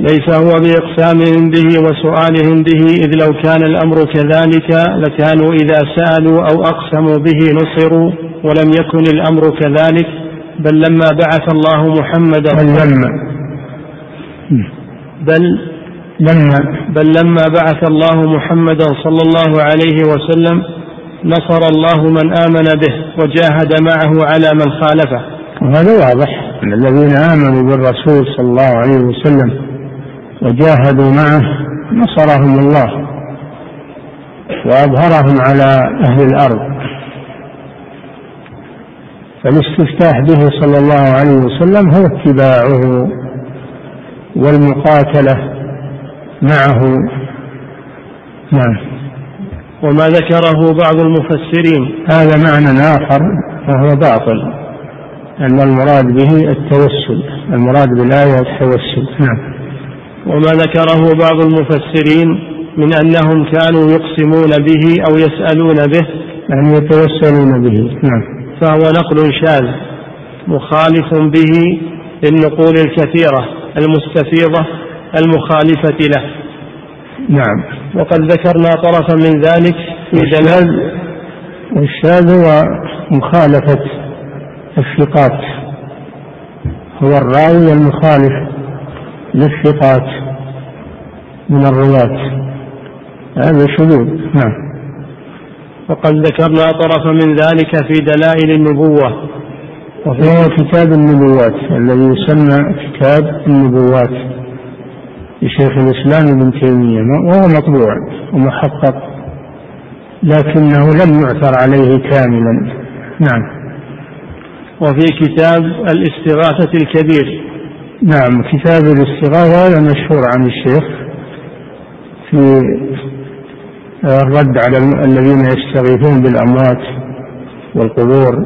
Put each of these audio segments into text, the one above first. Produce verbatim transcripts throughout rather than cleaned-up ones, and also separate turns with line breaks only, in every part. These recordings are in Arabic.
ليس هو بإقسامهم به وسؤالهم به، إذ لو كان الأمر كذلك لكانوا إذا سألوا أو أقسموا به نصروا، ولم يكن الأمر كذلك، بل لما بعث الله محمدا بل لما بل لما بعث الله محمدا صلى الله عليه وسلم نصر الله من آمن به وجاهد معه على من خالفه.
وهذا واضح أن الذين آمنوا بالرسول صلى الله عليه وسلم وجاهدوا معه نصرهم الله وأظهرهم على أهل الأرض. فالاستفتاح به صلى الله عليه وسلم هو اتباعه والمقاتلة معه. نعم.
وما ذكره بعض المفسرين
هذا معنى آخر وهو باطل، أن المراد به التوسل، المراد بالآية التوسل. نعم.
وما ذكره بعض المفسرين من أنهم كانوا يقسمون به أو يسألون به
يعني يتوسلون به. نعم.
فهو نقل شاذ مخالف به للنقول الكثيرة المستفيضة المخالفة له.
نعم.
وقد ذكرنا طرفا من ذلك في دلال.
والشاذ هو مخالفة الثقات، هو الراوي المخالف للثقات من الرواة، هذا شذوذ. نعم.
وقد ذكرنا طرفا من ذلك في دلائل النبوة،
وهو كتاب النبوات الذي يسمى كتاب النبوات لشيخ الإسلام ابن تيمية، وهو مطبوع ومحقق لكنه لم يعثر عليه كاملا. نعم.
وفي كتاب الاستغاثة الكبير.
نعم. كتاب الاستغاثة هذا مشهور عن الشيخ في الرد على الذين يستغيثون بالأموات والقبور،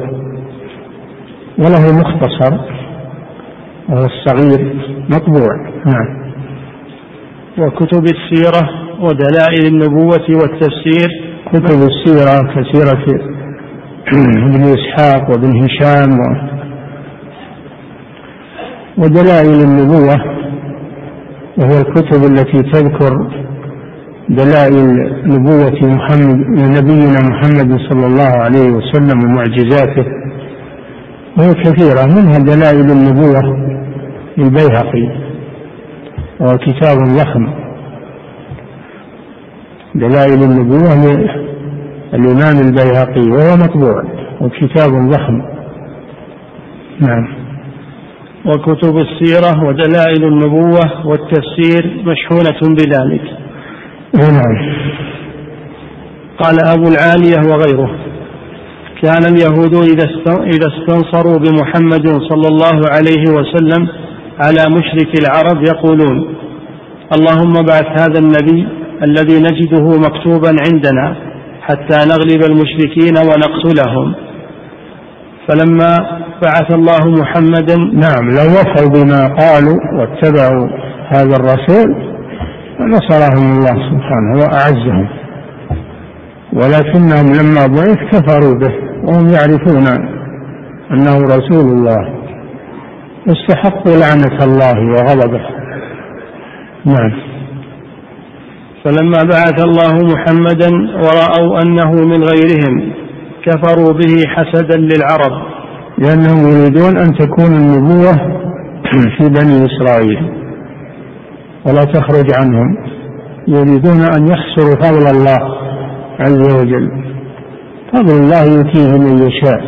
وله مختصر وهو الصغير مطبوع. نعم.
وكتب السيرة ودلائل النبوة والتفسير.
كتب السيرة كسيرة ابن إسحاق وابن هشام ودلائل النبوة، وهي الكتب التي تذكر دلائل نبوة محمد نبينا محمد صلى الله عليه وسلم ومعجزاته، وهي كثيرة، منها دلائل النبوة للبيهقي وهو كتاب ضخم. دلائل النبوة للإمام البيهقي وهو مطبوع وكتاب ضخم. نعم.
وكتب السيرة ودلائل النبوة والتفسير مشحونة بذلك.
نعم.
قال أبو العالية وغيره: كان اليهود إذا استنصروا بمحمد صلى الله عليه وسلم على مشرك العرب يقولون: اللهم ابعث هذا النبي الذي نجده مكتوبا عندنا حتى نغلب المشركين ونقتلهم. فلما بعث الله محمدا
نعم لو وفوا بما قالوا واتبعوا هذا الرسول نصرهم الله سبحانه وأعزهم، ولكنهم لما بعث كفروا به وهم يعرفون أنه رسول الله، استحقوا لعنة الله وغضبه. نعم.
فلما بعث الله محمدا ورأوا أنه من غيرهم كفروا به حسدا للعرب،
لأنهم يريدون أن تكون النبوة في بني إسرائيل ولا تخرج عنهم، يريدون أن يحصروا فضل الله عز وجل. فضل الله يؤتيه من يشاء،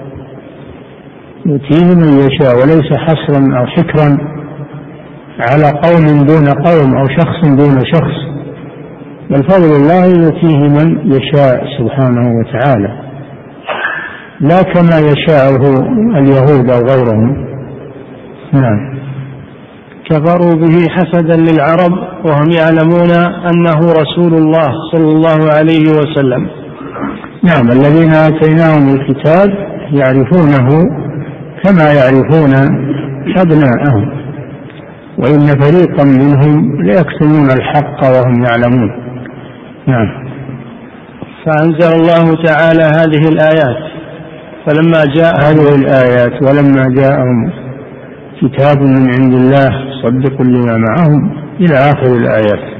يؤتيه من يشاء، وليس حصرا أو حكرا على قوم دون قوم أو شخص دون شخص، بل فضل الله يؤتيه من يشاء سبحانه وتعالى، لا كما يشاءه اليهود أو غيرهم. نعم.
كفروا به حسدا للعرب وهم يعلمون أنه رسول الله صلى الله عليه وسلم.
نعم. الذين آتيناهم الكتاب يعرفونه كما يعرفون أبناءهم، وإن فريقا منهم ليكتمون الحق وهم يعلمون. نعم.
فأنزل الله تعالى هذه الآيات فلما جاء
هذه الآيات ولما جاءهم كتاب من عند الله صدق لما معهم إلى آخر الآيات.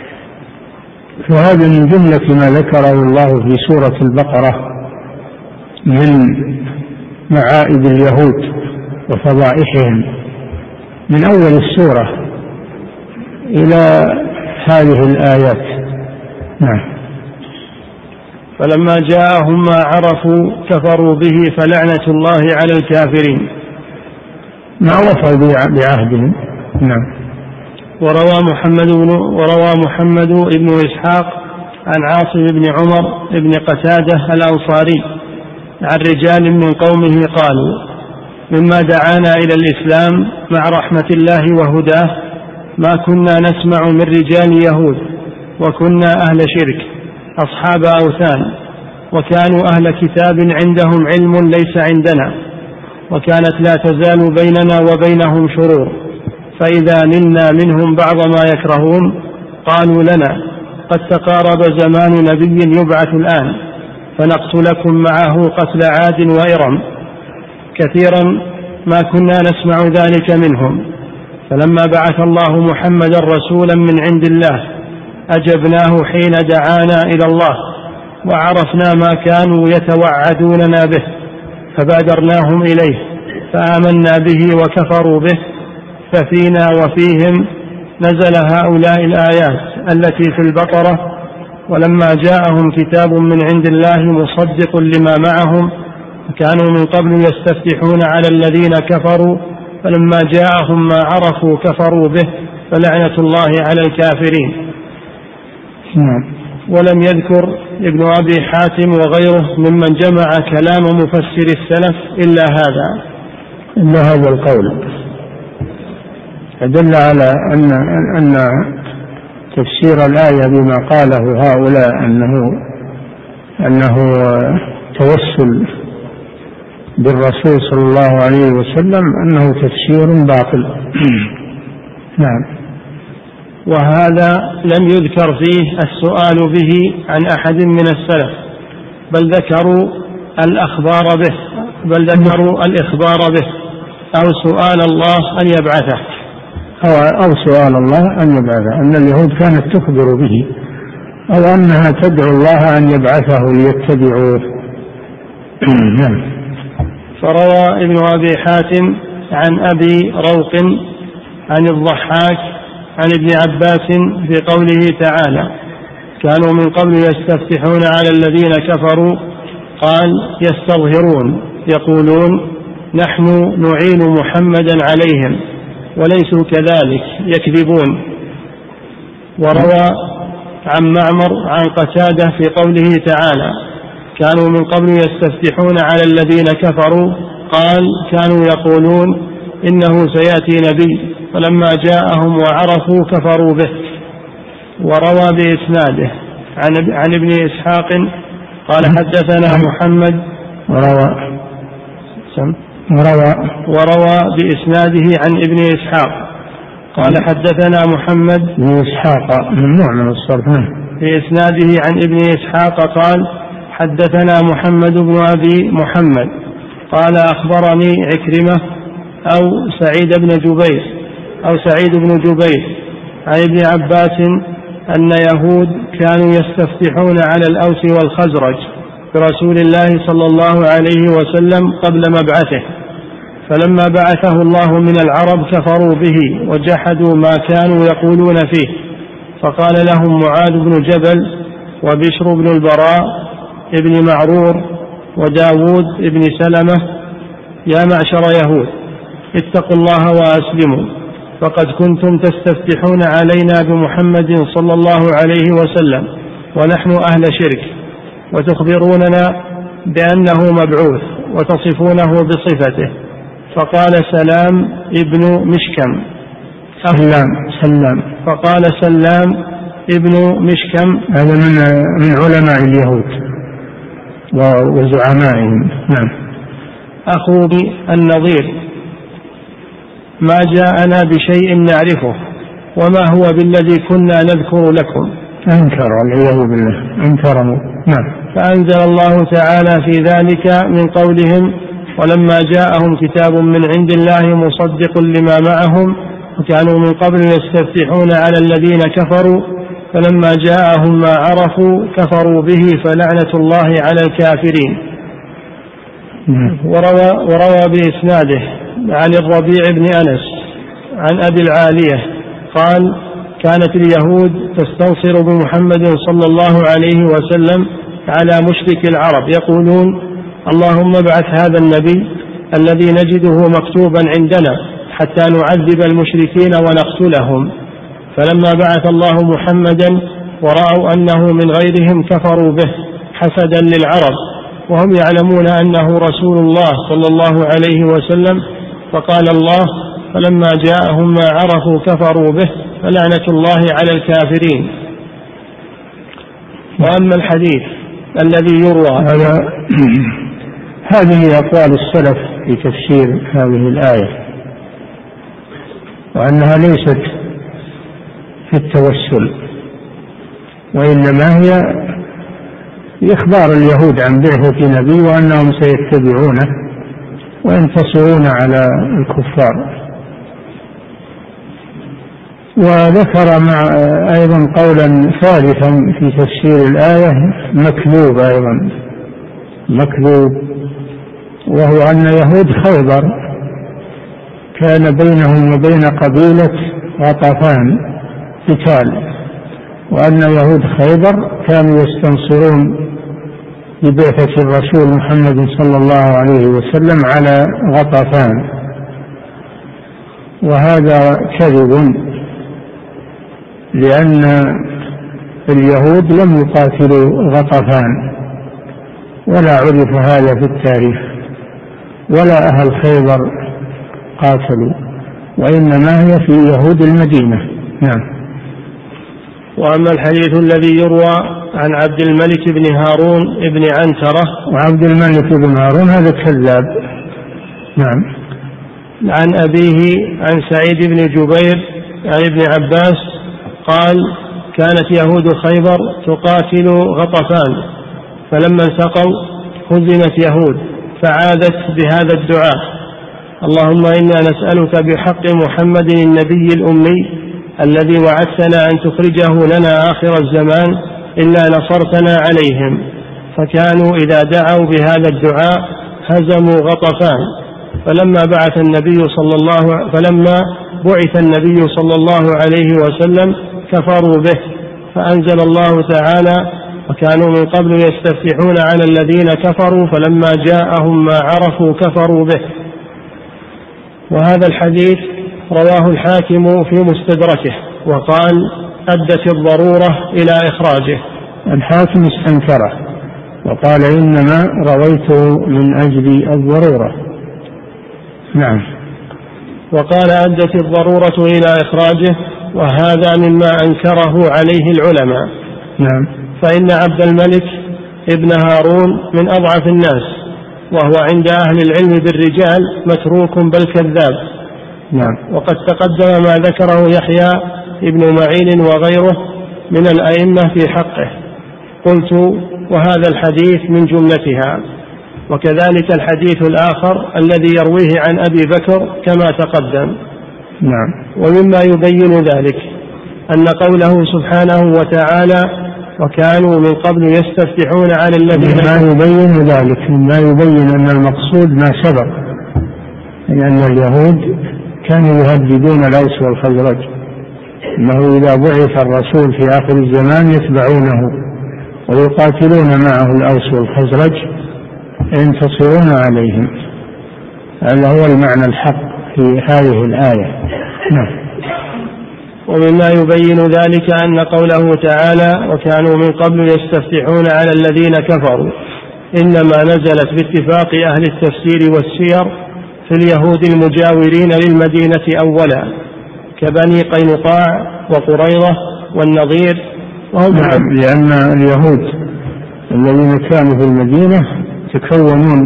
فهذا من جملة ما ذكره الله في سورة البقرة من معائب اليهود وفضائحهم من أول السورة إلى هذه الآيات. نعم.
فلما جاءهم ما عرفوا كفروا به فلعنة الله على الكافرين.
ما وفوا بعهدهم. نعم.
وروى محمد بن وروى محمد بن إسحاق عن عاصم بن عمر بن قتادة الأنصاري عن رجال من قومه قالوا: مما دعانا إلى الإسلام مع رحمة الله وهداه ما كنا نسمع من رجال يهود، وكنا أهل شرك أصحاب أوثان، وكانوا أهل كتاب عندهم علم ليس عندنا، وكانت لا تزال بيننا وبينهم شرور، فإذا نلنا منهم بعض ما يكرهون قالوا لنا: قد تقارب زمان نبي يبعث الآن فنقتلكم معه قتل عاد وإرم. كثيرا ما كنا نسمع ذلك منهم، فلما بعث الله محمدا رسولا من عند الله أجبناه حين دعانا إلى الله، وعرفنا ما كانوا يتوعدوننا به فبادرناهم إليه فآمنا به وكفروا به، ففينا وفيهم نزل هؤلاء الآيات التي في البقرة: ولما جاءهم كتاب من عند الله مصدق لما معهم كانوا من قبل يستفتحون على الذين كفروا فلما جاءهم ما عرفوا كفروا به فلعنة الله على الكافرين. ولم يذكر ابن أبي حاتم وغيره ممن جمع كلام مفسر السلف إلا هذا
إلا هذا القول، يدل على أن أن تفسير الآية بما قاله هؤلاء أنه أنه توسل بالرسول صلى الله عليه وسلم أنه تفسير باطل. نعم.
وهذا لم يذكر فيه السؤال به عن أحد من السلف، بل ذكروا الأخبار به بل ذكروا الإخبار به أو سؤال الله أن يبعثه
أو سؤال الله أن يبعثه، أن اليهود كانت تخبر به أو أنها تدعو الله أن يبعثه ليتبعوه.
فروى ابن أبي حاتم عن أبي روق عن الضحاك عن ابن عباس في قوله تعالى: كانوا من قبل يستفتحون على الذين كفروا، قال: يستظهرون يقولون نحن نعين محمدا عليهم وليسوا كذلك يكذبون. وروى عن معمر عن قتادة في قوله تعالى: كانوا من قبل يستفتحون على الذين كفروا، قال: كانوا يقولون إنه سيأتي نبي فلما جاءهم وعرفوا كفروا به. وروى بإسناده عن, عن ابن إسحاق قال: حدثنا محمد
وروى
وروى وروى بإسناده عن ابن إسحاق قال: حدثنا محمد
بن إسحاق ممنوع من الصرف.
بإسناده عن ابن إسحاق قال: حدثنا محمد بن أبي محمد قال: أخبرني عكرمة أو سعيد بن جبير أو سعيد بن جبير عن ابن عباس أن يهود كانوا يستفتحون على الأوس والخزرج برسول الله صلى الله عليه وسلم قبل مبعثه، فلما بعثه الله من العرب كفروا به وجحدوا ما كانوا يقولون فيه، فقال لهم معاذ بن جبل وبشر بن البراء ابن معرور وداود ابن سلمة: يا معشر يهود اتقوا الله وأسلموا، فقد كنتم تستفتحون علينا بمحمد صلى الله عليه وسلم ونحن أهل شرك، وتخبروننا بأنه مبعوث وتصفونه بصفته. فقال سلام ابن مشكم
سلام سلام
فقال سلام ابن مشكم،
هذا من من علماء اليهود وزعمائهم. نعم.
أخو النظير ما جاءنا بشيء نعرفه وما هو بالذي كنا نذكر لكم.
أنكر والعياذ بالله أنكروا. نعم.
فأنزل الله تعالى في ذلك من قولهم: ولما جاءهم كتاب من عند الله مصدق لما معهم وكانوا من قبل يستفتحون على الذين كفروا فلما جاءهم ما عرفوا كفروا به فلعنة الله على الكافرين. وروى, وروى بإسناده عن الربيع بن أنس عن أبي العالية قال كانت اليهود تستنصر بمحمد صلى الله عليه وسلم على مشرك العرب يقولون اللهم ابعث هذا النبي الذي نجده مكتوبا عندنا حتى نعذب المشركين ونقتلهم. فلما بعث الله محمدا ورأوا أنه من غيرهم كفروا به حسدا للعرب وهم يعلمون أنه رسول الله صلى الله عليه وسلم. فقال الله فلما جاءهم ما عرفوا كفروا به فلعنة الله على الكافرين. وأما الحديث الذي يروى
هذه أقوال السلف في تفسير هذه الآية وأنها ليست في التوسل وإنما هي إخبار اليهود عن بعثة نبي وأنهم سيتبعونه وينتصرون على الكفار. وذكر مع أيضا قولا ثالثا في تفسير الآية مكذوب أيضا مكذوب وهو أن يهود خيبر كان بينهم وبين قبيلة غطفان قتال وأن يهود خيبر كانوا يستنصرون ببعثة الرسول محمد صلى الله عليه وسلم على غطفان وهذا كذب لأن اليهود لم يقاتلوا غطفان ولا عرف هذا في التاريخ ولا أهل خيبر قاتلوا وإنما هي في يهود المدينة. نعم.
وأما الحديث الذي يروى عن عبد الملك بن هارون بن عنترة
وعبد الملك بن هارون هذا كذاب. نعم.
عن أبيه عن سعيد بن جبير عن ابن عباس قال كانت يهود خيبر تقاتل غطفان فلما التقوا هزمت يهود فعادت بهذا الدعاء اللهم إنا نسألك بحق محمد النبي الأمي الذي وعدتنا أن تخرجه لنا آخر الزمان إلا نصرتنا عليهم. فكانوا إذا دعوا بهذا الدعاء هزموا غطفان. فلما بعث النبي صلى الله فلما بعث النبي صلى الله عليه وسلم كفروا به فأنزل الله تعالى وكانوا من قبل يستفتحون على الذين كفروا فلما جاءهم ما عرفوا كفروا به. وهذا الحديث رواه الحاكم في مستدركه وقال أدت الضرورة إلى إخراجه.
الحاكم استنكره وقال إنما رويته من أجل الضرورة. نعم.
وقال أدت الضرورة إلى إخراجه وهذا مما أنكره عليه العلماء.
نعم.
فإن عبد الملك ابن هارون من أضعف الناس وهو عند أهل العلم بالرجال متروك بل كذاب.
نعم.
وقد تقدم ما ذكره يحيى ابن معين وغيره من الأئمة في حقه. قلت وهذا الحديث من جملتها. وكذلك الحديث الآخر الذي يرويه عن أبي بكر كما تقدم.
نعم.
ومما يبين ذلك أن قوله سبحانه وتعالى وكانوا من قبل يستفتحون على الذين
ما يبين ذلك ما يبين أن المقصود ما سبق لأن اليهود كانوا يهددون الأوس والخزرج أنه إذا بعث الرسول في آخر الزمان يتبعونه ويقاتلون معه الأوس والخزرج ينتصرون عليهم. هذا هو المعنى الحق في هذه الآية. نعم.
ومما يبين ذلك أن قوله تعالى وكانوا من قبل يستفتحون على الذين كفروا إنما نزلت باتفاق أهل التفسير والسير في اليهود المجاورين للمدينة أولا كبني قينقاع وقريظة والنضير وهم.
نعم. لأن اليهود الذين كانوا في المدينة تكونون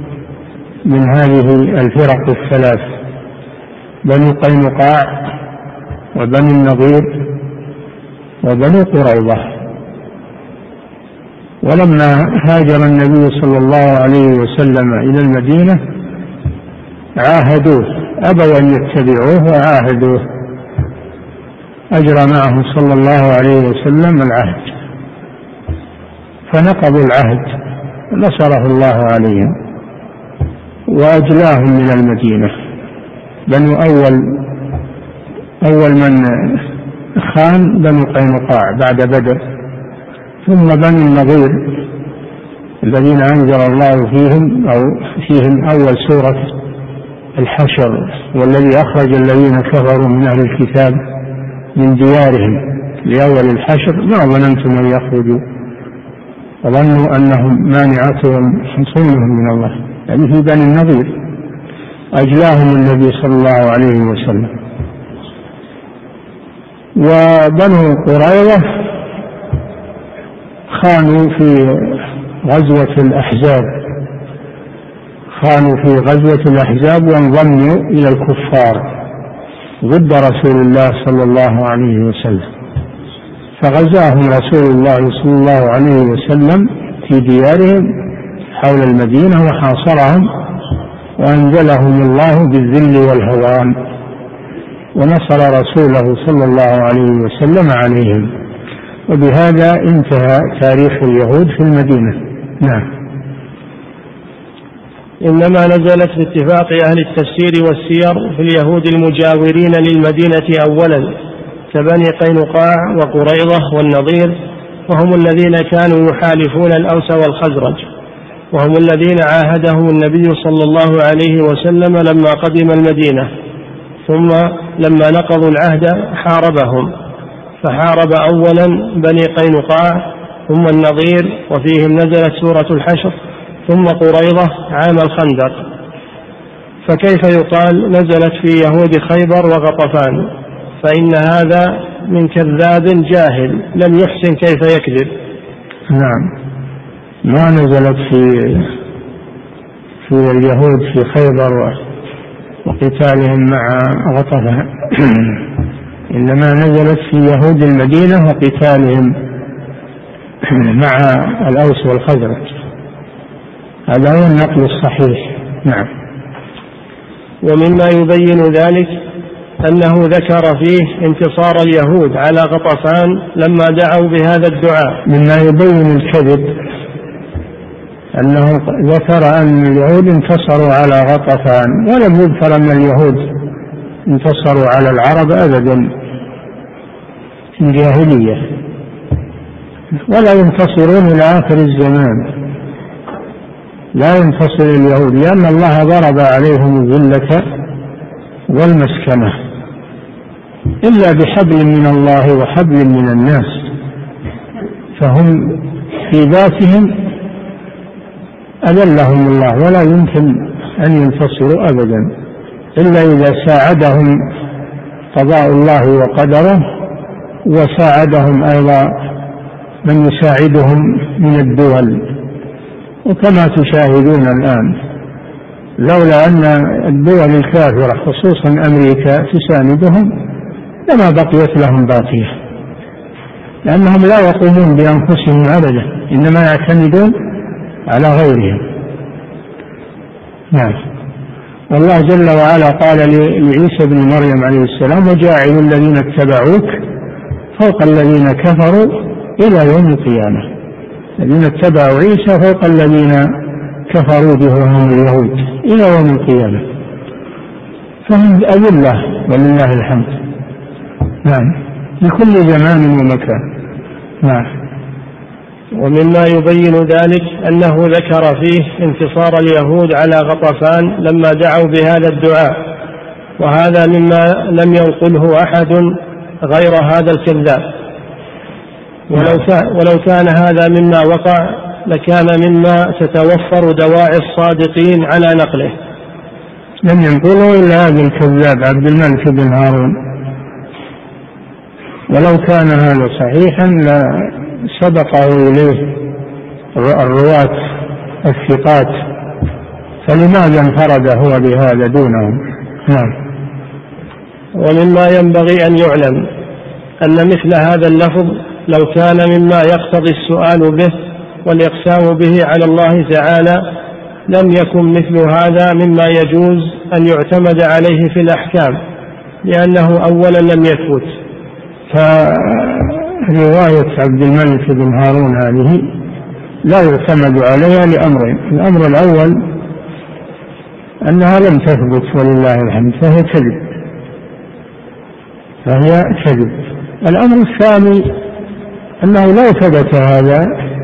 من هذه الفرق الثلاث بني قينقاع وبني النضير وبني قريظة. ولما هاجر النبي صلى الله عليه وسلم إلى المدينة عاهدوه أبوا أن يتبعوه وعاهدوه أجرى معهم صلى الله عليه وسلم العهد، فنقضوا العهد نصره الله عليهم وأجلاهم من المدينة. بنو أول أول من خان بنو قينقاع بعد بدر، ثم بنو النضير الذين أنزل الله فيهم أو فيهم أول سورة الحشر، والذي أخرج الذين كفروا من أهل الكتاب من ديارهم لأول الحشر ما ظننتم أن يخرجوا وظنوا أنهم مانعتهم حصونهم من الله، يعني في بني النضير أجلاهم النبي صلى الله عليه وسلم. وبنو قريظة خانوا في غزوة الأحزاب خانوا في غزوة الأحزاب وانضموا إلى الكفار ضد رسول الله صلى الله عليه وسلم، فغزاهم رسول الله صلى الله عليه وسلم في ديارهم حول المدينة وحاصرهم وأنزلهم الله بالذل والهوان، ونصر رسوله صلى الله عليه وسلم عليهم، وبهذا انتهى تاريخ اليهود في المدينة. نعم.
إنما نزلت باتفاق أهل التفسير والسير في اليهود المجاورين للمدينة أولا كبني قينقاع وقريظة والنضير، وهم الذين كانوا يحالفون الأوس والخزرج، وهم الذين عاهدهم النبي صلى الله عليه وسلم لما قدم المدينة، ثم لما نقضوا العهد حاربهم، فحارب أولا بني قينقاع ثم النضير وفيهم نزلت سورة الحشر، ثم قريظة عام الخندق. فكيف يقال نزلت في يهود خيبر وغطفان؟ فإن هذا من كذاب جاهل لم يحسن كيف يكذب.
نعم، ما نزلت في في اليهود في خيبر وقتالهم مع غطفان إنما نزلت في يهود المدينة وقتالهم مع الأوس والخزرج. هذا هو النقل الصحيح. نعم.
ومما يبين ذلك أنه ذكر فيه انتصار اليهود على غطفان لما دعوا بهذا الدعاء.
مما يبين الكذب أنه ذكر أن اليهود انتصروا على غطفان، ولم يذكر أن اليهود انتصروا على العرب أبدا في الجاهلية، ولا ينتصرون إلى آخر الزمان، لا ينتصر اليهود، لأن الله ضرب عليهم الذلة والمسكنة إلا بحبل من الله وحبل من الناس، فهم في ذاتهم أذلهم الله ولا يمكن أن ينتصروا أبدا إلا إذا ساعدهم قضاء الله وقدره، وساعدهم أيضا من يساعدهم من الدول، وكما تشاهدون الآن لولا أن الدول الكافرة خصوصا أمريكا تساندهم لما بقيت لهم باقية، لأنهم لا يقومون بأنفسهم أبدا، إنما يعتمدون على غيرهم. نعم. والله جل وعلا قال لعيسى بن مريم عليه السلام: وجاعل الذين اتبعوك فوق الذين كفروا إلى يوم القيامة. الذين اتبعوا عيسى فوق الذين كفروا به وهم اليهود إلى يوم القيامة، فهم أذلة ولله الحمد. نعم، لكل زمان ومكان. نعم.
ومما يبين ذلك أنه ذكر فيه انتصار اليهود على غطفان لما دعوا بهذا الدعاء، وهذا مما لم ينقله أحد غير هذا الكذاب، ولو كان, ولو كان هذا مما وقع لكان مما تتوفر دواعي الصادقين على نقله.
لم ينقله إلا هذا الكذاب عبد الملك بن هارون، ولو كان هذا صحيحا لسبقه إليه الرواة الثقات، فلماذا انفرد هو بهذا دونهم؟ نعم.
ومما ينبغي أن يعلم أن مثل هذا اللفظ لو كان مما يقتضي السؤال به والإقسام به على الله تعالى لم يكن مثل هذا مما يجوز أن يعتمد عليه في الأحكام، لأنه أولا لم يثبت،
فرواية عبد الملك بن هارون هذه لا يعتمد عليها لأمرين: الأمر الأول أنها لم تثبت ولله الحمد، فهي كذب فهي كذب الأمر الثاني أنه لو ثبت هذا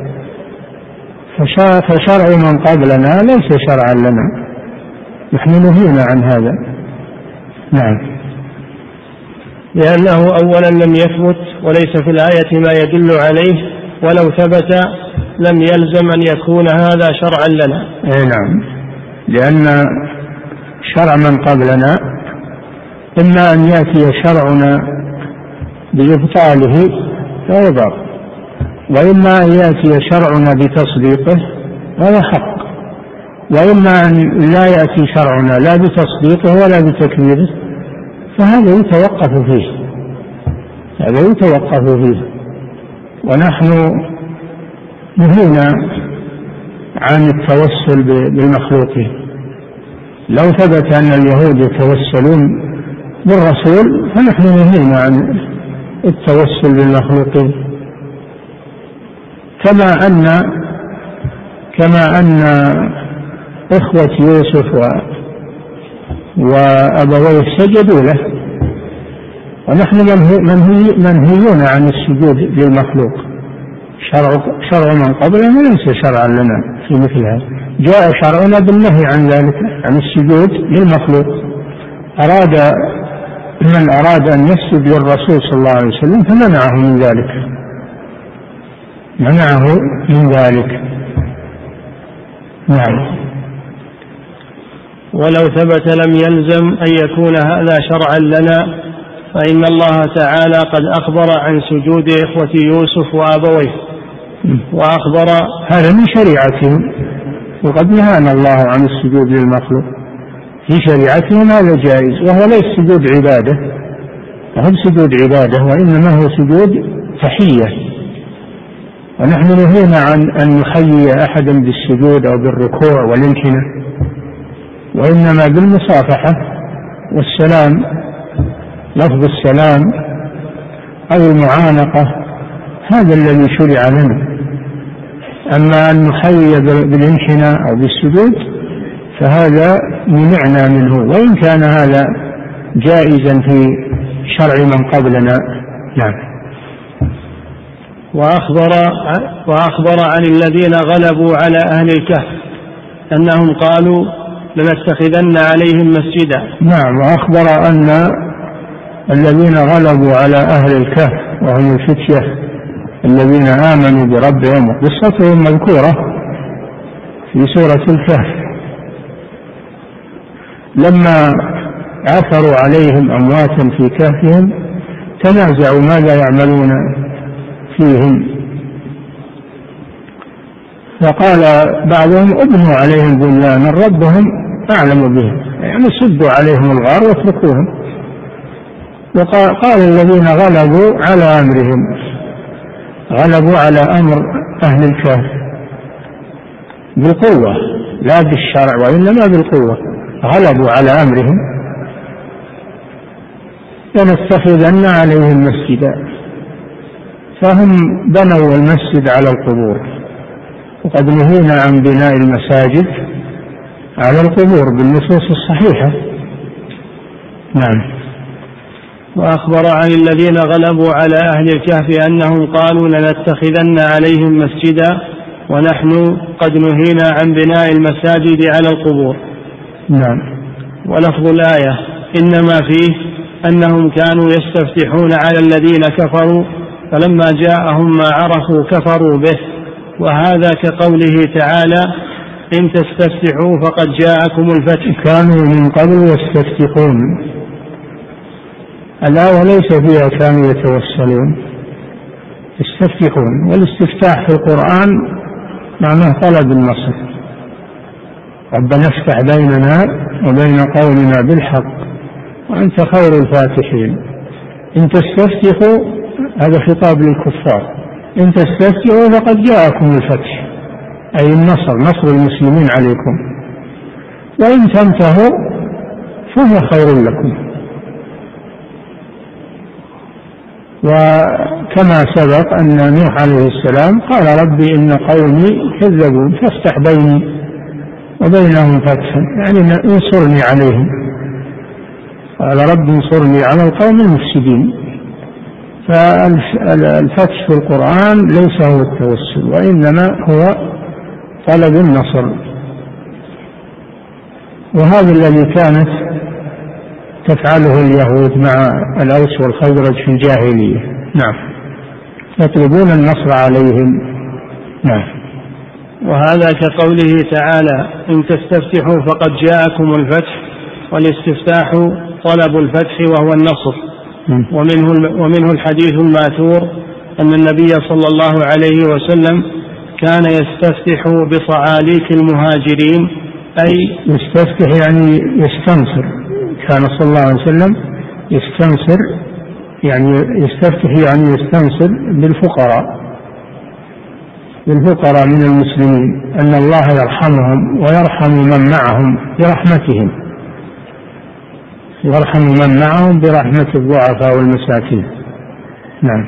فشرع من قبلنا ليس شرعا لنا، نحن نهينا عن هذا. نعم.
لأنه أولا لم يثبت وليس في الآية ما يدل عليه، ولو ثبت لم يلزم أن يكون هذا شرعا لنا.
أي نعم، لأن شرع من قبلنا إما أن يأتي شرعنا بإبطاله فيضر، وإما أن يأتي شرعنا بتصديقه وهو حق، وإما أن لا يأتي شرعنا لا بتصديقه ولا بتكذيبه، فهذا يتوقف فيه هذا يتوقف فيه ونحن نهينا عن التوسل بالمخلوقين. لو ثبت أن اليهود يتوسلون بالرسول فنحن نهينا عن التوسل بالمخلوقين، كما أن كما أن إخوة يوسف وأبويه سجدوا له، ونحن منهيون عن السجود للمخلوق. شرع, شرع من قبلنا ليس شرعا لنا في مثل هذا. جاء شرعنا بالنهي عن ذلك، عن السجود للمخلوق. أراد من أراد أن يسجد للرسول صلى الله عليه وسلم فمنعه من ذلك منعه من ذلك نعم.
ولو ثبت لم يلزم أن يكون هذا شرعا لنا، فإن الله تعالى قد أخبر عن سجود إخوة يوسف وأبويه، وأخبر
هذا من شريعتهم، وقد نهانا الله عن السجود للمخلوق في شريعتهم، هذا جائز، وهو ليس سجود عبادة وهو سجود عبادة وإنما هو سجود تحية، ونحن نهينا عن أن نحيي أحدا بالسجود أو بالركوع والانحناء، وإنما بالمصافحة والسلام، لفظ السلام أو المعانقة، هذا الذي شرع لنا. أما أن نحيي بالانحناء أو بالسجود فهذا منعنا منه، وإن كان هذا جائزا في شرع من قبلنا. نعم.
وأخبر, وأخبر عن الذين غلبوا على أهل الكهف أنهم قالوا لنتخذن عليهم مسجدا.
نعم. وأخبر أن الذين غلبوا على أهل الكهف وهم الفتية الذين آمنوا بربهم، قصتهم مذكورة في سورة الكهف، لما عثروا عليهم أمواتا في كهفهم تنازعوا ماذا يعملون فيهم، فقال بعضهم ابنوا عليهم بنيانا ربهم أعلم بهم، يعني سدوا عليهم الغار واتركوهم. وقال الذين غلبوا على أمرهم، غلبوا على أمر أهل الكهف بالقوة لا بالشرع وإنما بالقوة، غلبوا على أمرهم لنتخذن عليهم مسجدا، فهم بنوا المسجد على القبور، وقد نهينا عن بناء المساجد على القبور بالنصوص الصحيحة. نعم.
وأخبر عن الذين غلبوا على أهل الكهف أنهم قالوا لنتخذن عليهم مسجدا ونحن قد نهينا عن بناء المساجد على القبور.
نعم.
ولفظ الآية إنما فيه أنهم كانوا يستفتحون على الذين كفروا فلما جاءهم ما عرفوا كفروا به، وهذا كقوله تعالى إن تستفتحوا فقد جاءكم الفتح.
كانوا من قبل يستفتحون، الآية ليس فيها كانوا يتوسلون، يستفتحون، والاستفتاح في القرآن معناه طلب النصر، ربنا افتح بيننا وبين قومنا بالحق وأنت خير الفاتحين. إن تستفتحوا هذا خطاب للكفار، إن تستفتحوا فقد جاءكم الفتح أي النصر، نصر المسلمين عليكم، وإن تنتهوا فهو خير لكم. وكما سبق أن نوح عليه السلام قال ربي إن قومي كذبون فافتح بيني وبينهم فتحا، يعني انصرني عليهم. قال رب انصرني على القوم المفسدين. فالفتح في القرآن ليس هو التوسل، وإنما هو طلب النصر. وهذا الذي كانت تفعله اليهود مع الأوس والخزرج في الجاهلية. نعم، يطلبون النصر عليهم. نعم.
وهذا كقوله تعالى إن تستفتحوا فقد جاءكم الفتح، والاستفتاح طلب الفتح وهو النصر. ومنه, ومنه الحديث الماثور أن النبي صلى الله عليه وسلم كان يستفتح بصعاليك المهاجرين، أي
يستفتح يعني يستنصر. كان صلى الله عليه وسلم يستنصر، يعني يستفتح يعني يستنصر بالفقراء بالفقراء من المسلمين، أن الله يرحمهم ويرحم من معهم برحمتهم، يرحم من معهم برحمة الضعفاء والمساكين. نعم.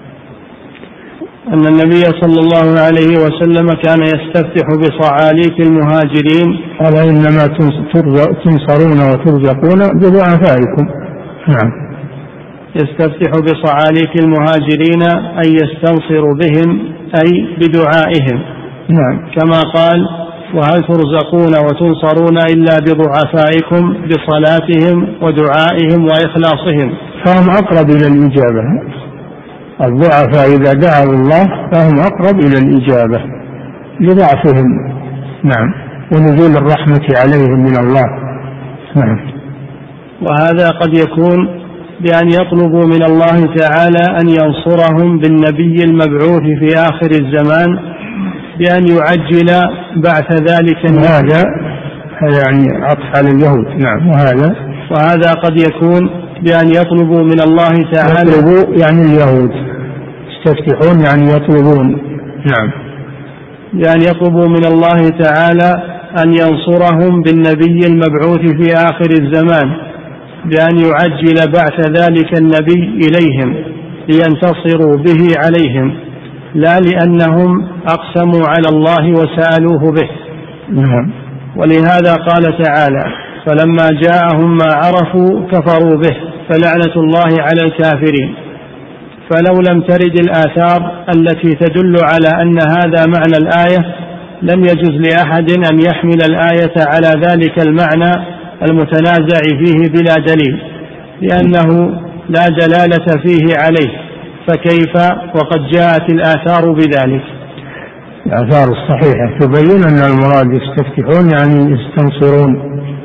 أن النبي صلى الله عليه وسلم كان يستفتح بصعاليك المهاجرين،
قال إنما تنصرون وترزقون بضعفائكم. نعم.
يستفتح بصعاليك المهاجرين أي يستنصر بهم أي بدعائهم.
نعم.
كما قال وهل ترزقون وتنصرون إلا بضعفائكم بصلاتهم ودعائهم وإخلاصهم.
فهم أقرب إلى الإجابة. الضعفاء إذا دعوا الله فهم أقرب إلى الإجابة لضعفهم. نعم. ونزول الرحمة عليهم من الله. نعم.
وهذا قد يكون بأن يطلبوا من الله تعالى أن ينصرهم بالنبي المبعوث في آخر الزمان بأن يعجل بعث ذلك النبي.
هذا يعني عطف على اليهود. نعم. وهذا
وهذا قد يكون بأن يطلبوا من الله تعالى،
يطلبوا يعني اليهود يستفتحون يعني يطلبون. نعم.
بأن يطلبوا من الله تعالى أن ينصرهم بالنبي المبعوث في آخر الزمان بأن يعجل بعث ذلك النبي إليهم لينتصروا به عليهم، لا لأنهم أقسموا على الله وسألوه به.
نعم.
ولهذا قال تعالى فلما جاءهم ما عرفوا كفروا به فلعنة الله على الكافرين. فلو لم ترد الآثار التي تدل على أن هذا معنى الآية لم يجوز لأحد أن يحمل الآية على ذلك المعنى المتنازع فيه بلا دليل، لأنه لا دلالة فيه عليه، فكيف وقد جاءت الآثار بذلك.
الآثار الصحيحة تبين أن المراد يستفتحون يعني يستنصرون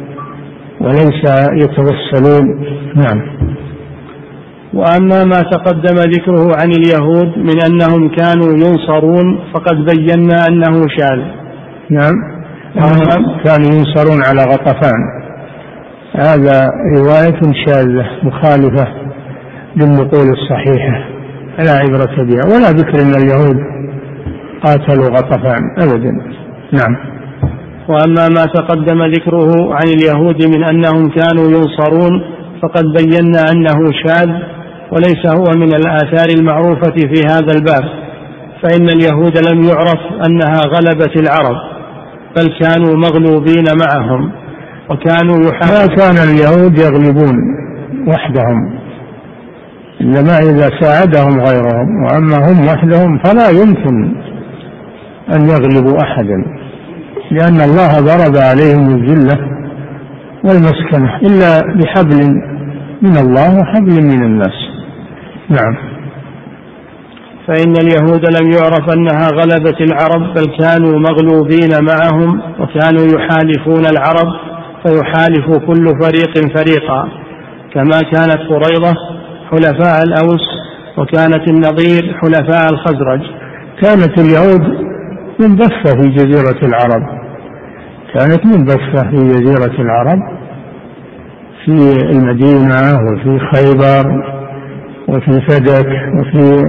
وليس يتوسلون. نعم.
وأما ما تقدم ذكره عن اليهود من أنهم كانوا ينصرون فقد بينا أنه شاذ.
نعم. كانوا ينصرون على غطفان، هذا رواية شاذة مخالفة للنقول الصحيحة لا عبرة بها، ولا ذكر أن اليهود قاتلوا غطفان أبدا. نعم.
وأما ما تقدم ذكره عن اليهود من أنهم كانوا ينصرون فقد بينا أنه شاذ وليس هو من الآثار المعروفة في هذا الباب، فإن اليهود لم يعرف أنها غلبت العرب بل كانوا مغلوبين معهم وكانوا يحاربون.
ما كان اليهود يغلبون وحدهم إنما إذا ساعدهم غيرهم، وأما هم وحدهم فلا يمكن أن يغلبوا أحدا، لأن الله ضرب عليهم الذلة والمسكنة إلا بحبل من الله وحبل من الناس. نعم.
فإن اليهود لم يعرف أنها غلبت العرب بل كانوا مغلوبين معهم وكانوا يحالفون العرب فيحالف كل فريق فريقا، كما كانت قريظة حلفاء الأوس وكانت النضير حلفاء الخزرج.
كانت اليهود منبثة في جزيرة العرب، كانت منبثة في جزيرة العرب في المدينة وفي خيبر وفي فدك وفي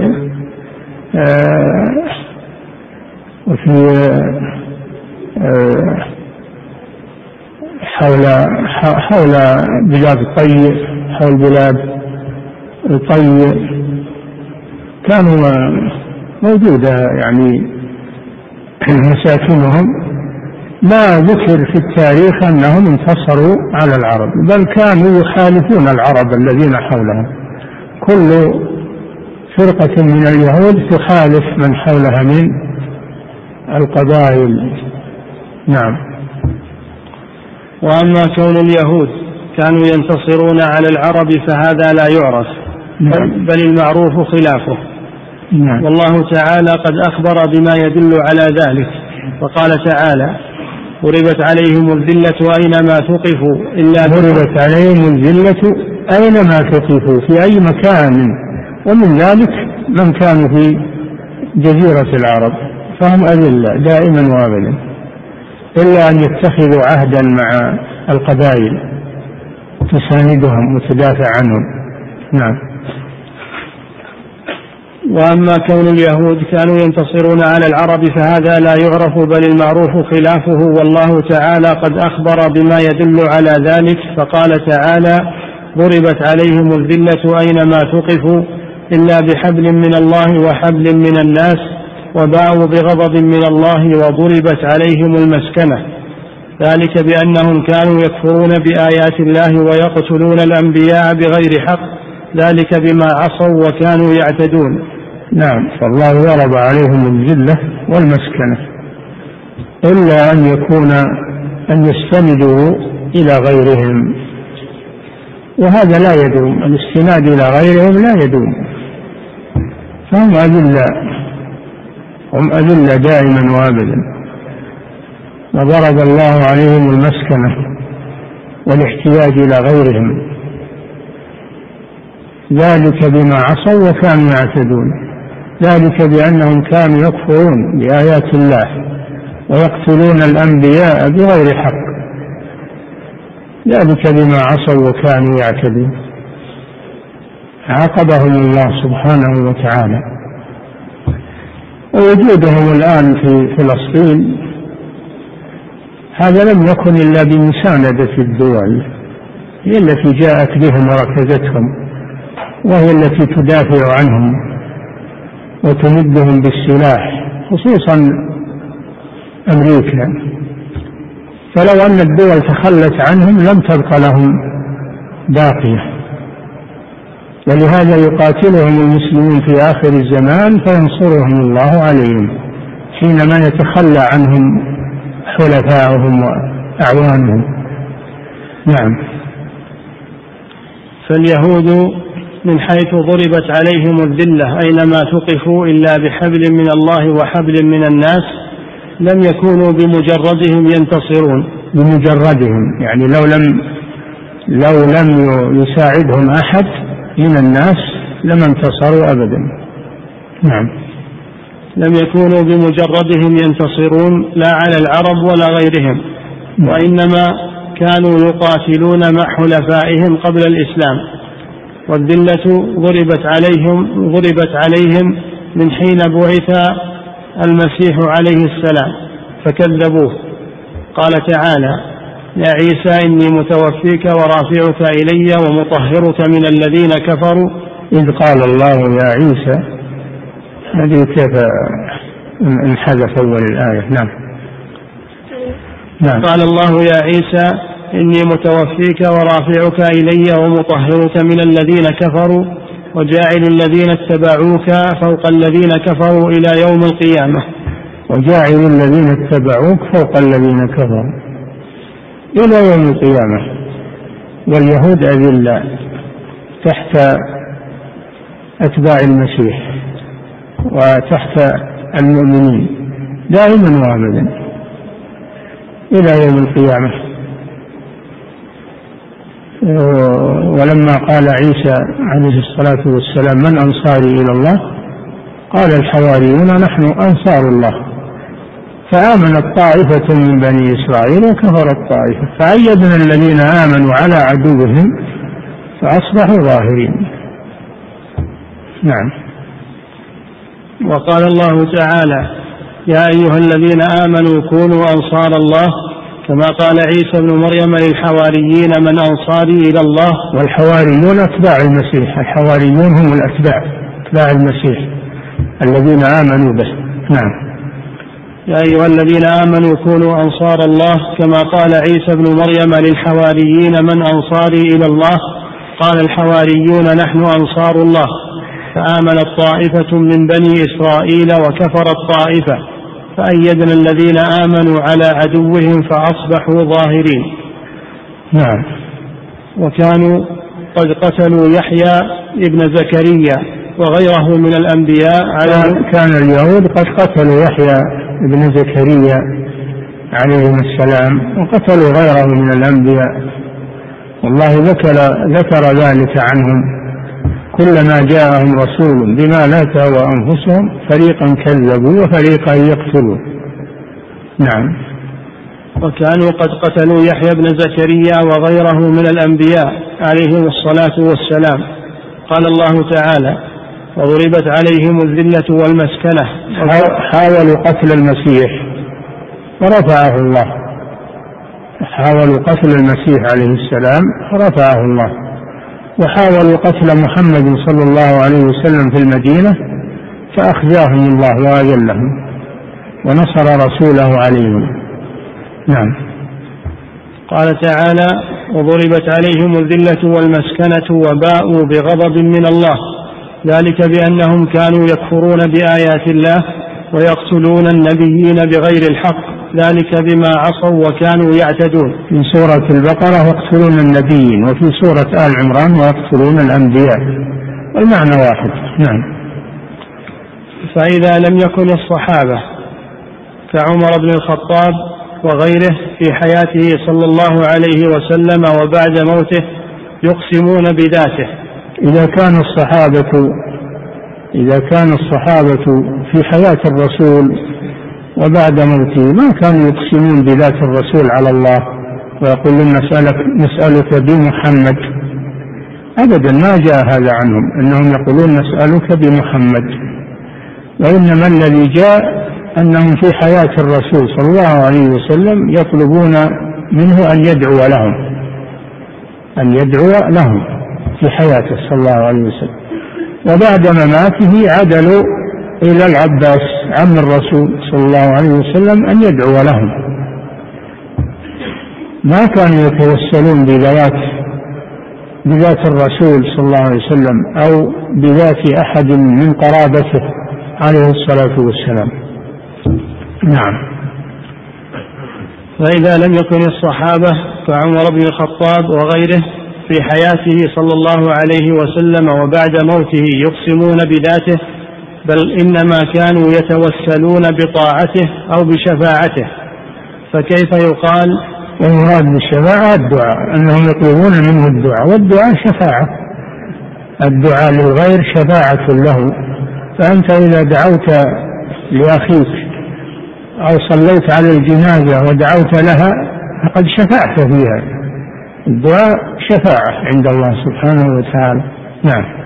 آه وفي آه حول حول بلاد الطي، حول بلاد الطي كانوا موجودة يعني مساكنهم، ما ذكر في التاريخ أنهم انتصروا على العرب، بل كانوا يخالفون العرب الذين حولهم. كل فرقة من اليهود تخالف من حولها من القبائل. نعم.
وأما كون اليهود كانوا ينتصرون على العرب فهذا لا يعرف، نعم. بل المعروف خلافه.
نعم.
والله تعالى قد أخبر بما يدل على ذلك، وقال تعالى: ضربت عليهم الذلة أينما ثقفوا إلا
ضربت عليهم الذلة أينما ثقفوا في أي مكان، ومن ذلك من كانوا في جزيرة العرب فهم أذلة دائما وابدا، إلا أن يتخذوا عهدا مع القبائل تساندهم وتدافع عنهم. نعم.
وأما كون اليهود كانوا ينتصرون على العرب فهذا لا يعرف، بل المعروف خلافه. والله تعالى قد أخبر بما يدل على ذلك، فقال تعالى: ضربت عليهم الذلة أينما ثقفوا إلا بحبل من الله وحبل من الناس وباءوا بغضب من الله وضربت عليهم المسكنة، ذلك بأنهم كانوا يكفرون بآيات الله ويقتلون الأنبياء بغير حق، ذلك بما عصوا وكانوا يعتدون.
نعم. فالله ضرب عليهم الذلة والمسكنة إلا أن يكون أن يستندوا إلى غيرهم، وهذا لا يدوم، الاستناد إلى غيرهم لا يدوم، فهم أذلة، هم أذلة دائما وابدا. وضرب الله عليهم المسكنة والاحتياج إلى غيرهم، ذلك بما عصوا وكانوا يعتدون، ذلك بأنهم كانوا يكفرون بآيات الله ويقتلون الأنبياء بغير حق، ذلك بما عصوا وكانوا يعتدون. عاقبهم الله سبحانه وتعالى. ووجودهم الآن في فلسطين هذا لم يكن إلا بمساندة الدول، هي التي جاءت بهم وركزتهم، وهي التي تدافع عنهم وتمدهم بالسلاح، خصوصا أمريكا. فلو أن الدول تخلت عنهم لم تبق لهم باقية، ولهذا يقاتلهم المسلمون في آخر الزمان فينصرهم الله عليهم حينما يتخلى عنهم حلفاؤهم وأعوانهم. نعم.
فاليهود من حيث ضربت عليهم الذلة أينما ثقفوا إلا بحبل من الله وحبل من الناس لم يكونوا بمجردهم ينتصرون.
بمجردهم يعني لو لم لو لم يساعدهم أحد من الناس لما انتصروا أبدا. نعم.
لم يكونوا بمجردهم ينتصرون لا على العرب ولا غيرهم، وإنما كانوا يقاتلون مع حلفائهم قبل الإسلام، والذلة ضربت عليهم ضربت عليهم من حين بعث المسيح عليه السلام فكذبوه. قال تعالى: يا عيسى إني متوفيك ورافعك إلي ومطهرك من الذين كفروا.
إذ قال الله يا عيسى، هذه كيف انحذف أول الآية. نعم.
نعم. قال الله يا عيسى إني متوفيك ورافعك إلي ومطهرك من الذين كفروا وجاعل الذين اتبعوك فوق الذين كفروا إلى يوم القيامة.
وجاعل الذين اتبعوك فوق الذين كفروا إلى يوم القيامة. واليهود أذلة تحت أتباع المسيح وتحت المؤمنين دائما وابدا إلى يوم القيامة. ولما قال عيسى عليه الصلاة والسلام من أنصاري إلى الله؟ قال الحواريون نحن أنصار الله، فآمنت طائفة من بني إسرائيل وكفرت طائفة فأيدنا الذين آمنوا على عدوهم فأصبحوا ظاهرين. نعم.
وقال الله تعالى: يا أيها الذين آمنوا كونوا أنصار الله كما قال عيسى بن مريم للحواريين من أنصاري إلى الله.
والحواريون أتباع المسيح، الحواريون هم الأتباع أتباع المسيح الذين آمنوا به. نعم.
يا أيها الذين آمنوا كونوا أنصار الله كما قال عيسى بن مريم للحواريين من أنصاري إلى الله قال الحواريون نحن أنصار الله فآمنت طائفة من بني إسرائيل وكفرت طائفة فأيدنا الذين آمنوا على عدوهم فأصبحوا ظاهرين.
نعم.
وكانوا قد قتلوا يحيى ابن زكريا وغيره من الأنبياء على
كان اليهود قد قتلوا يحيى ابن زكريا عليهم السلام وقتلوا غيره من الأنبياء، والله ذكر, ذكر ذلك عنهم كلما جاءهم رسول بما لا تهوى أنفسهم فريقا كذبوا وفريقا يقتلون. نعم.
وكانوا قد قتلوا يحيى بن زكريا وغيره من الأنبياء عليهم الصلاة والسلام. قال الله تعالى وضربت عليهم الذلة والمسكنة.
حاولوا قتل المسيح ورفعه الله، حاولوا قتل المسيح عليه السلام فرفعه الله، وحاولوا قتل محمد صلى الله عليه وسلم في المدينة فأخزاهم الله وأذلهم ونصر رسوله عليهم. نعم.
قال تعالى وضربت عليهم الذلة والمسكنة وباءوا بغضب من الله ذلك بأنهم كانوا يكفرون بآيات الله ويقتلون النبيين بغير الحق ذلك بما عصوا وكانوا يعتدون.
في سورة البقرة يقتلون النبيين، وفي سورة آل عمران ويقتلون الأنبياء، المعنى واحد. نعم.
فإذا لم يكن الصحابة كعمر بن الخطاب وغيره في حياته صلى الله عليه وسلم وبعد موته يقسمون بذاته،
إذا كان الصحابة إذا كان الصحابة في حياة الرسول وبعد موته ما كانوا يقسمون بذات الرسول على الله ويقولون نسألك نسألك بمحمد، أبدا ما جاء هذا عنهم أنهم يقولون نسألك بمحمد، وإنما الذي جاء أنهم في حياة الرسول صلى الله عليه وسلم يطلبون منه أن يدعو لهم أن يدعو لهم في حياته صلى الله عليه وسلم، وبعد مماته عدلوا إلى العباس عم الرسول صلى الله عليه وسلم أن يدعو لهم، ما كانوا يتوسلون بذات بذات الرسول صلى الله عليه وسلم أو بذات أحد من قرابته عليه الصلاة والسلام. نعم.
فإذا لم يكن الصحابة كعمر بن الخطاب وغيره في حياته صلى الله عليه وسلم وبعد موته يقسمون بذاته بل إنما كانوا يتوسلون بطاعته أو بشفاعته، فكيف يقال؟
والمراد بالشفاعة الدعاء، أنهم يطلبون منه الدعاء، والدعاء شفاعة، الدعاء للغير شفاعة له، فأنت إذا دعوت لأخيك أو صليت على الجنازة ودعوت لها فقد شفعت فيها، الدعاء شفاعة عند الله سبحانه وتعالى. نعم.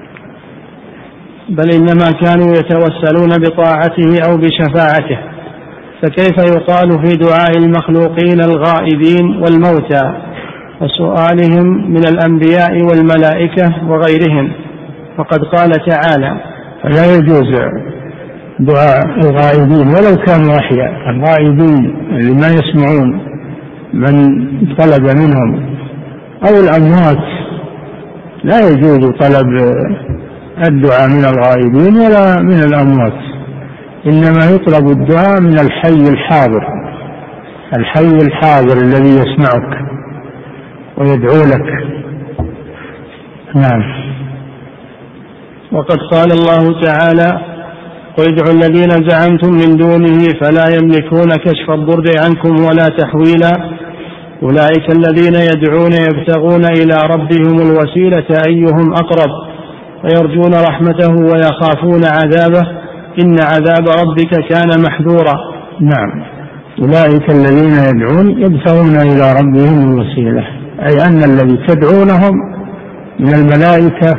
بل إنما كانوا يتوسلون بطاعته أو بشفاعته، فكيف يقال في دعاء المخلوقين الغائبين والموتى وسؤالهم من الأنبياء والملائكة وغيرهم؟ وقد قال تعالى
لا يجوز دعاء الغائبين ولو كانوا أحياء، الغائبين اللي ما يسمعون من طلب منهم أو الأموات لا يجوز طلب الدعاء من الغائبين ولا من الأموات، إنما يطلب الدعاء من الحي الحاضر، الحي الحاضر الذي يسمعك ويدعو لك. نعم.
وقد قال الله تعالى قل ادعوا الذين زعمتم من دونه فلا يملكون كشف الضر عنكم ولا تحويلا أولئك الذين يدعون يبتغون إلى ربهم الوسيلة أيهم أقرب ويرجون رحمته ويخافون عذابه إن عذاب ربك كان محذورا.
نعم. أولئك الذين يدعون يبتغون إلى ربهم الوسيلة، أي أن الذي تدعونهم من الملائكة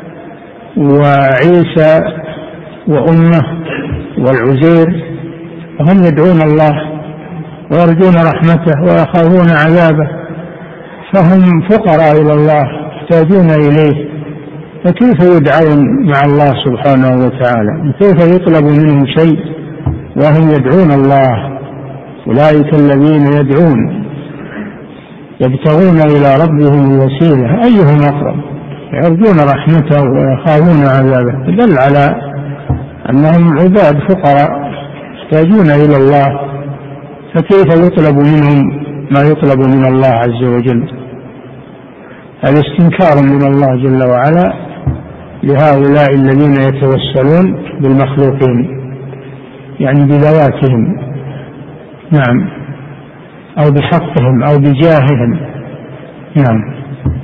وعيسى وأمه والعزير هم يدعون الله ويرجون رحمته ويخافون عذابه، فهم فقراء إلى الله يحتاجون إليه فكيف يدعون مع الله سبحانه وتعالى؟ كيف يطلب منهم شيء وهم يدعون الله؟ أولئك الذين يدعون يبتغون إلى ربهم الوسيلة أيهم أقرب، يرجون رحمته ويخافون عذابه، دل على أنهم عباد فقراء يحتاجون إلى الله، فكيف يطلب منهم ما يطلب من الله عز وجل؟ هذا استنكار من الله جل وعلا لهؤلاء الذين يتوسلون بالمخلوقين، يعني بذواتهم، نعم، أو بحقهم أو بجاههم. نعم.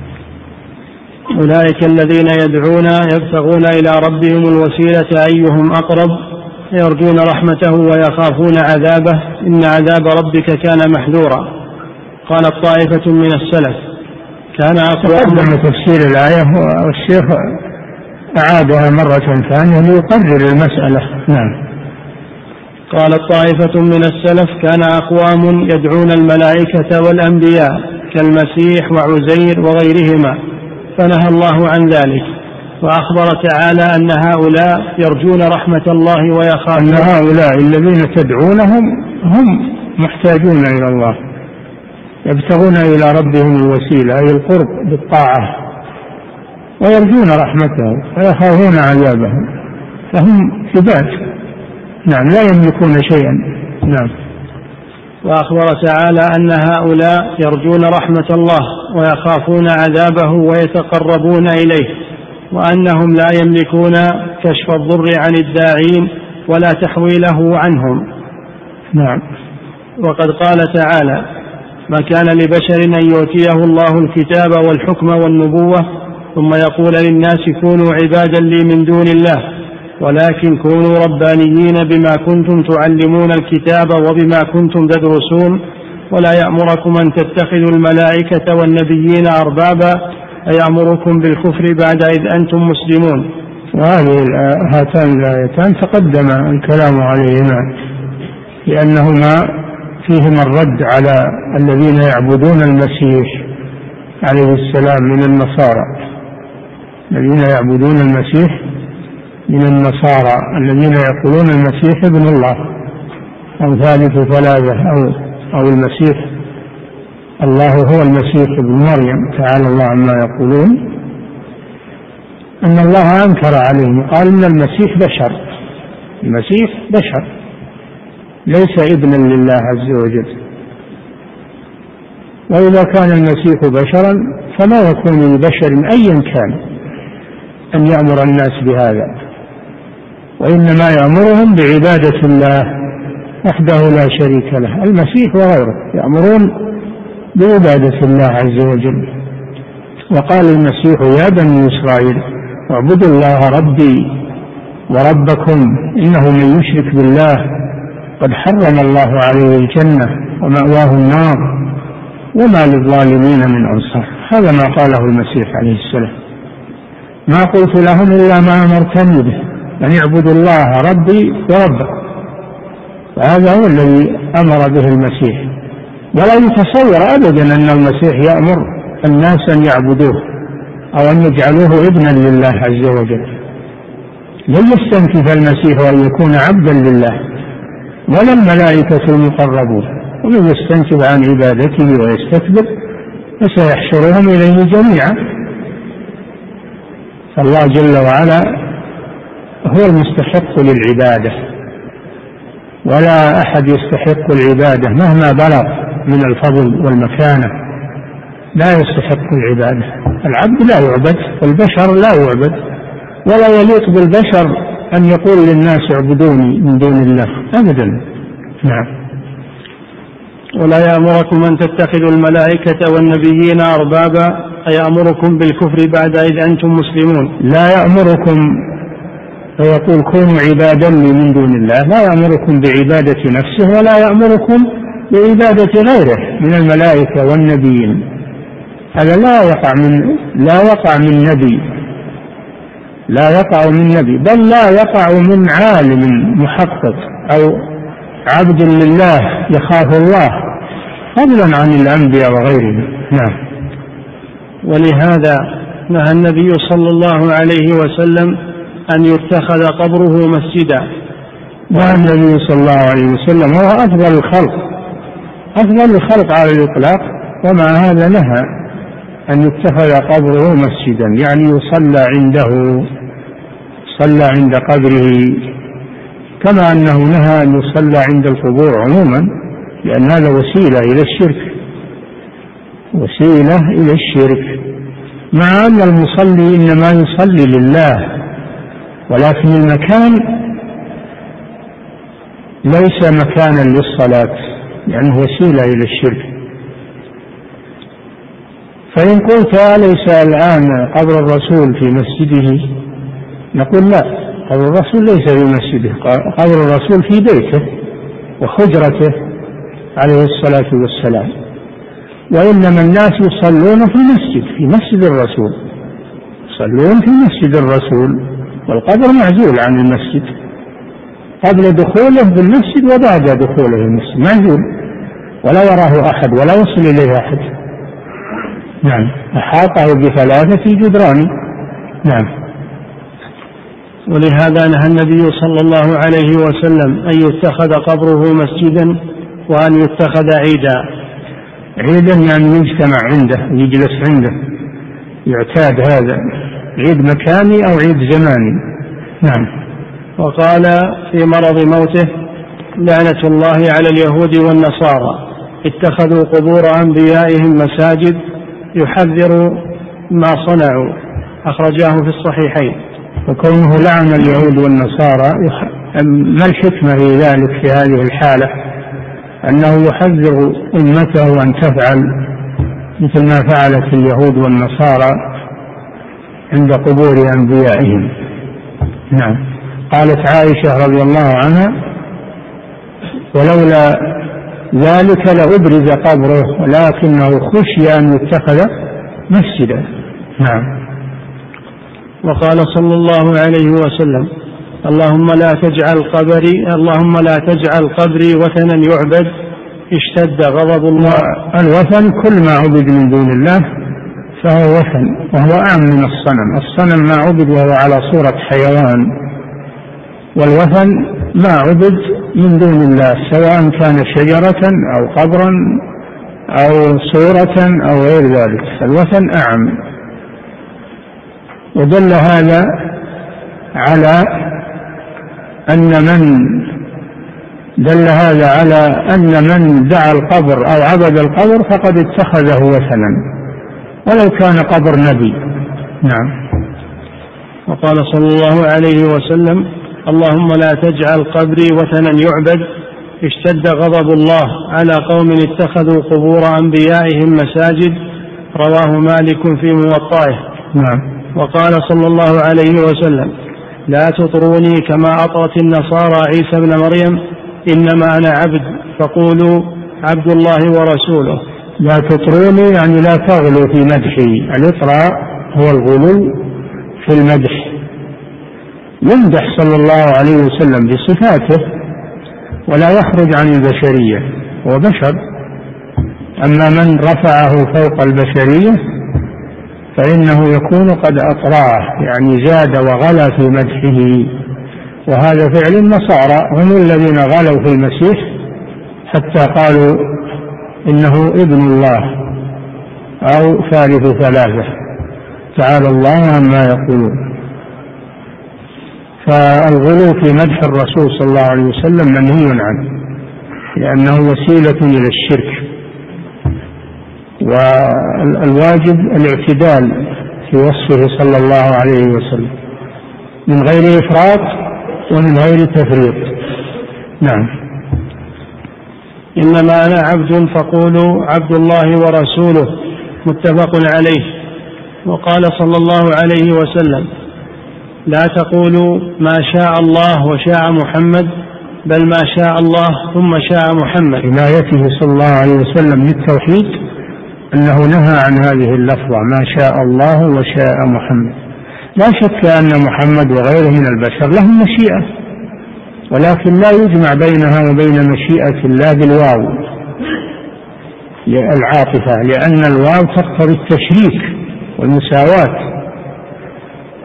أولئك الذين يدعون يبتغون إلى ربهم الوسيلة أيهم أقرب يرجون رحمته ويخافون عذابه إن عذاب ربك كان محذورا. قالت طائفة من السلف كان
تقدم تفسير الآية والشيخ أعادها مرة ثانية ليقرر المسألة. نعم.
قالت طائفة من السلف كان أقوام يدعون الملائكة والأنبياء كالمسيح وعزير وغيرهما فنهى الله عن ذلك، وأخبر تعالى أن هؤلاء يرجون رحمة الله ويخافون
أن هؤلاء الذين تدعونهم هم محتاجون إلى الله، يبتغون إلى ربهم الوسيلة أي القرب بالطاعة، ويرجون رحمته ويخافون عذابه، فهم عباد، نعم، لا يملكون شيئا. نعم.
وأخبر تعالى أن هؤلاء يرجون رحمة الله ويخافون عذابه ويتقربون إليه، وأنهم لا يملكون كشف الضر عن الداعين ولا تحويله عنهم.
نعم.
وقد قال تعالى ما كان لبشر أن يؤتيه الله الكتاب والحكم والنبوة ثم يقول للناس كونوا عبادا لي من دون الله ولكن كونوا ربانيين بما كنتم تعلمون الكتاب وبما كنتم تدرسون ولا يأمركم أن تتخذوا الملائكة والنبيين أربابا أيأمركم بالكفر بعد إذ أنتم مسلمون.
وهذه هاتان الآيتان تقدم الكلام عليهما لأنهما فيهما الرد على الذين يعبدون المسيح عليه السلام من النصارى، الذين يعبدون المسيح من النصارى الذين يقولون المسيح ابن الله أو ثالث ثلاثة أو, أو المسيح الله هو المسيح ابن مريم تعالى الله عما يقولون. أن الله أنكر عليهم قال إن المسيح بشر، المسيح بشر ليس ابنا لله عز وجل، وإذا كان المسيح بشرا فما يكون لبشر أيا كان أن يأمر الناس بهذا، وإنما يأمرهم بعبادة الله وحده لا شريك له، المسيح وغيره يأمرون بعبادة الله عز وجل. وقال المسيح يا بني إسرائيل اعبدوا الله ربي وربكم إنه من يشرك بالله قد حرم الله عليه الجنة ومأواه النار وما للظالمين من أنصار. هذا ما قاله المسيح عليه السلام، ما قلت لهم إلا ما أمرتني به أن يعبدوا الله ربي وربكم، وهذا هو الذي أمر به المسيح. ولا يتصور أبدا أن المسيح يأمر الناس أن يعبدوه أو أن يجعلوه ابنا لله عز وجل. لن يستنكف المسيح أن يكون عبدا لله ولا الملائكة المقربون، ومن يستنكف عن عبادته ويستكبر فسيحشرهم إليه جميعا. فالله جل وعلا هو المستحق للعبادة، ولا أحد يستحق العبادة مهما بلغ من الفضل والمكانة، لا يستحق العبادة. العبد لا يعبد والبشر لا يعبد، ولا يليق بالبشر أن يقول للناس اعبدوني من دون الله أبدا. نعم.
ولا يأمركم أن تتخذوا الملائكة والنبيين أربابا أيأمركم بالكفر بعد إذ أنتم مسلمون.
لا يأمركم فيقول كونوا عبادا لي من دون الله، لا يأمركم بعبادة نفسه ولا يأمركم بعبادة غيره من الملائكة والنبيين. هذا لا يقع من لا يقع من نبي، لا يقع من نبي، بل لا يقع من عالم محقق أو عبد لله يخاف الله فضلا عن الأنبياء وغيرهم. نعم.
ولهذا نهى النبي صلى الله عليه وسلم أن يتخذ قبره مسجدا.
نهى النبي صلى الله عليه وسلم هو أفضل الخلق أفضل الخلق على الإطلاق، ومع هذا نهى أن يتخذ قبره مسجدا، يعني يصلى عنده، صلى عند قبره، كما أنه نهى أن يصلى عند القبور عموما، لأن هذا وسيلة إلى الشرك، وسيلة إلى الشرك، مع أن المصلي إنما يصلي لله، ولكن المكان ليس مكانا للصلاة، لأنه وسيلة إلى الشرك. فإن قلت أليس الآن قبر الرسول في مسجده؟ نقول لا، قبر الرسول ليس في مسجده، قبر الرسول في بيته وحجرته عليه الصلاة والسلام، وإنما الناس يصلون في مسجد في مسجد الرسول، يصلون في مسجد الرسول، والقبر معزول عن المسجد قبل دخوله بالمسجد وبعد دخوله المسجد، معزول ولا يراه أحد ولا يصل إليه أحد. نعم، أحاطه بثلاثة جدران. نعم.
ولهذا نهى النبي صلى الله عليه وسلم أن يتخذ قبره مسجدا وأن يتخذ عيدا.
عيدا يعني يجتمع عنده، يجلس عنده، يعتاد هذا، عيد مكاني أو عيد زماني. نعم.
وقال في مرض موته: لعنة الله على اليهود والنصارى اتخذوا قبور أنبيائهم مساجد يحذر ما صنعوا، أخرجاه في الصحيحين.
وكونه لعن اليهود والنصارى، ما الحكمة في ذلك في هذه الحالة؟ أنه يحذر أمته أن تفعل مثل ما فعلت اليهود والنصارى عند قبور أنبيائهم. نعم. قالت عائشة رضي الله عنها: ولولا ذلك لأبرز قبره ولكنه خشي أن يتخذ مسجدا. نعم.
وقال صلى الله عليه وسلم: اللهم لا تجعل قبري اللهم لا تجعل قبري وثنا يعبد اشتد غضب الله.
الوثن كل ما عبد من دون الله فهو وثن، وهو أعم من الصنم. الصنم ما عبد وهو على صورة حيوان، والوثن ما عبد من دون الله، سواء كان شجرة أو قبرا أو صورة أو غير ذلك، فالوثن أعم. ودل هذا على أن من دل هذا على أن من دعا القبر أو عبد القبر فقد اتخذه وثنا ولو كان قبر نبي. نعم.
وقال صلى الله عليه وسلم: اللهم لا تجعل قبري وثنا يعبد اشتد غضب الله على قوم اتخذوا قبور أنبيائهم مساجد، رواه مالك في موطئه.
نعم.
وقال صلى الله عليه وسلم: لا تطروني كما أطرت النصارى عيسى بن مريم، إنما أنا عبد فقولوا عبد الله ورسوله.
لا تطروني يعني لا تغلوا في مدحي. الإطراء هو الغلو في المدح. يمدح صلى الله عليه وسلم بصفاته ولا يخرج عن البشرية، هو بشر. أما من رفعه فوق البشرية فإنه يكون قد أطراه، يعني زاد وغلا في مدحه. وهذا فعل النصارى، هم الذين غلوا في المسيح حتى قالوا إنه ابن الله أو ثالث ثلاثة، تعالى الله عما يقولون. فالغلو في مدح الرسول صلى الله عليه وسلم منهي عنه، لأنه وسيلة إلى الشرك، والواجب الاعتدال في وصفه صلى الله عليه وسلم من غير إفراط ومن غير تفريط. نعم.
إنما أنا عبد فقولوا عبد الله ورسوله، متفق عليه. وقال صلى الله عليه وسلم: لا تقولوا ما شاء الله وشاء محمد، بل ما شاء الله ثم شاء محمد.
عنايته صلى الله عليه وسلم للتوحيد أنه نهى عن هذه اللفظة ما شاء الله وشاء محمد. لا شك أن محمد وغيره من البشر لهم مشيئة، ولكن لا يجمع بينها وبين مشيئة الله بالواو العاطفة، لأن الواو تقتضي التشريك والمساواة،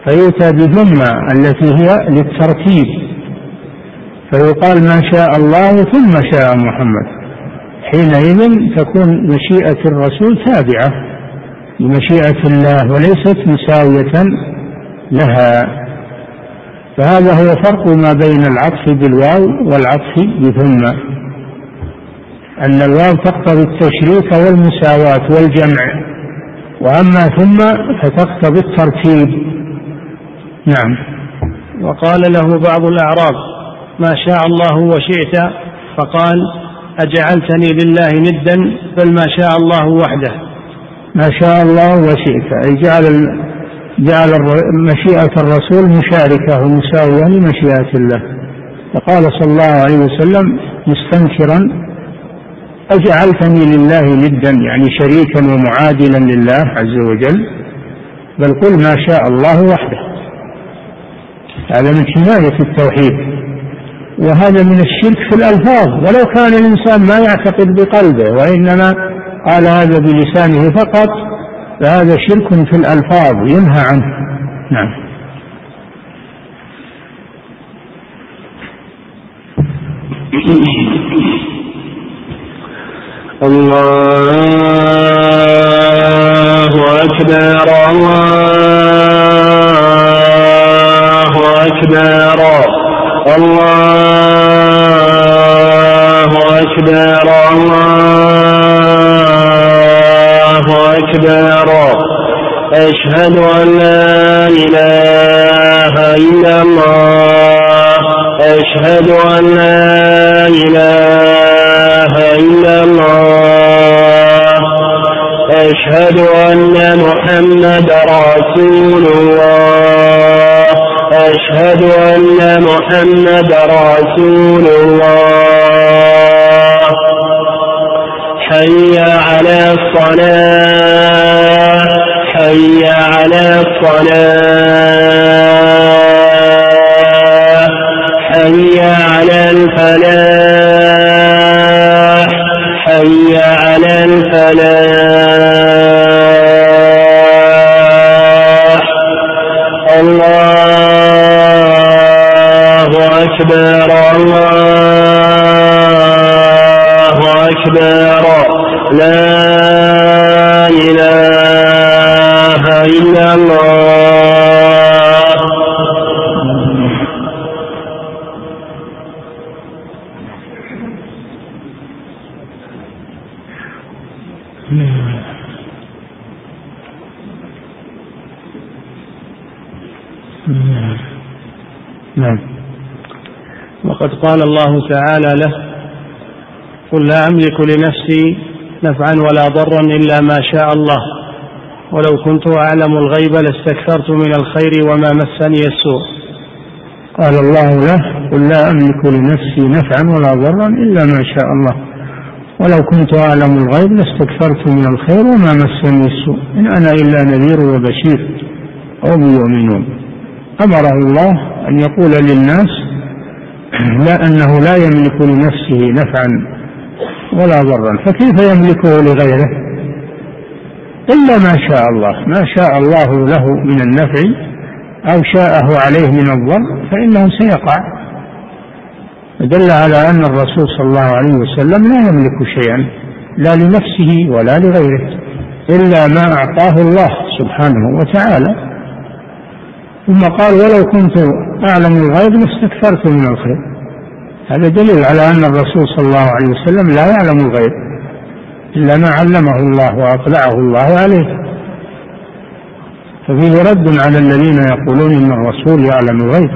فيؤتى بثم التي هي للترتيب، فيقال ما شاء الله ثم شاء محمد، حينئذ تكون مشيئة الرسول تابعة لمشيئة الله وليست مساوية لها. فهذا هو فرق ما بين العطف بالواو والعطف بثم، أن الواو تقتضي التشريك والمساواة والجمع، وأما ثم فتقتضي الترتيب. نعم.
وقال له بعض الأعراب ما شاء الله وشئت، فقال أجعلتني لله ندا بل ما شاء الله وحده.
ما شاء الله وشئت أي جعل جعل مشيئة الرسول مشاركة ومساوية لمشيئة الله. فقال صلى الله عليه وسلم مستنكرا أجعلتني لله ندا يعني شريكا ومعادلا لله عز وجل، بل قل ما شاء الله وحده. هذا من حماية التوحيد، وهذا من الشرك في الألفاظ، ولو كان الإنسان ما يعتقد بقلبه وإنما قال هذا بلسانه فقط فهذا شرك في الألفاظ ينهى عنه. نعم.
الله أكبر الله أكبر الله أكبر الله أكبر أشهد أن لا إله إلا الله أشهد أن لا إله إلا الله أشهد أن محمد رسول الله أشهد أن محمد رسول الله حي على الصلاة حي على الصلاة حي على الفلاح حي على الفلاح الله أكبر الله أكبر لا إله إلا الله.
نعم.
وقد قال الله تعالى له قل لا أملك لنفسي نفعا ولا ضرا إلا ما شاء الله ولو كنت أعلم الغيب لاستكثرت من الخير وما مسني السوء.
قال الله له قل لا أملك لنفسي نفعا ولا ضرا إلا ما شاء الله ولو كنت أعلم الغيب لاستكثرت من الخير وما مسني السوء إن أنا إلا نذير وبشير قوم يؤمنون. أمره الله أن يقول للناس لا أنه لا يملك لنفسه نفعا ولا ضرا، فكيف يملكه لغيره إلا ما شاء الله. ما شاء الله له من النفع أو شاءه عليه من الضر فإنه سيقع. دل على أن الرسول صلى الله عليه وسلم لا يملك شيئا لا لنفسه ولا لغيره إلا ما أعطاه الله سبحانه وتعالى. ثم قال ولو كنت أعلم الغيب لاستكثرت من الخير. هذا دليل على أن الرسول صلى الله عليه وسلم لا يعلم الغيب إلا ما علمه الله وأطلعه الله عليه. ففيه رد على الذين يقولون إن الرسول يعلم الغيب.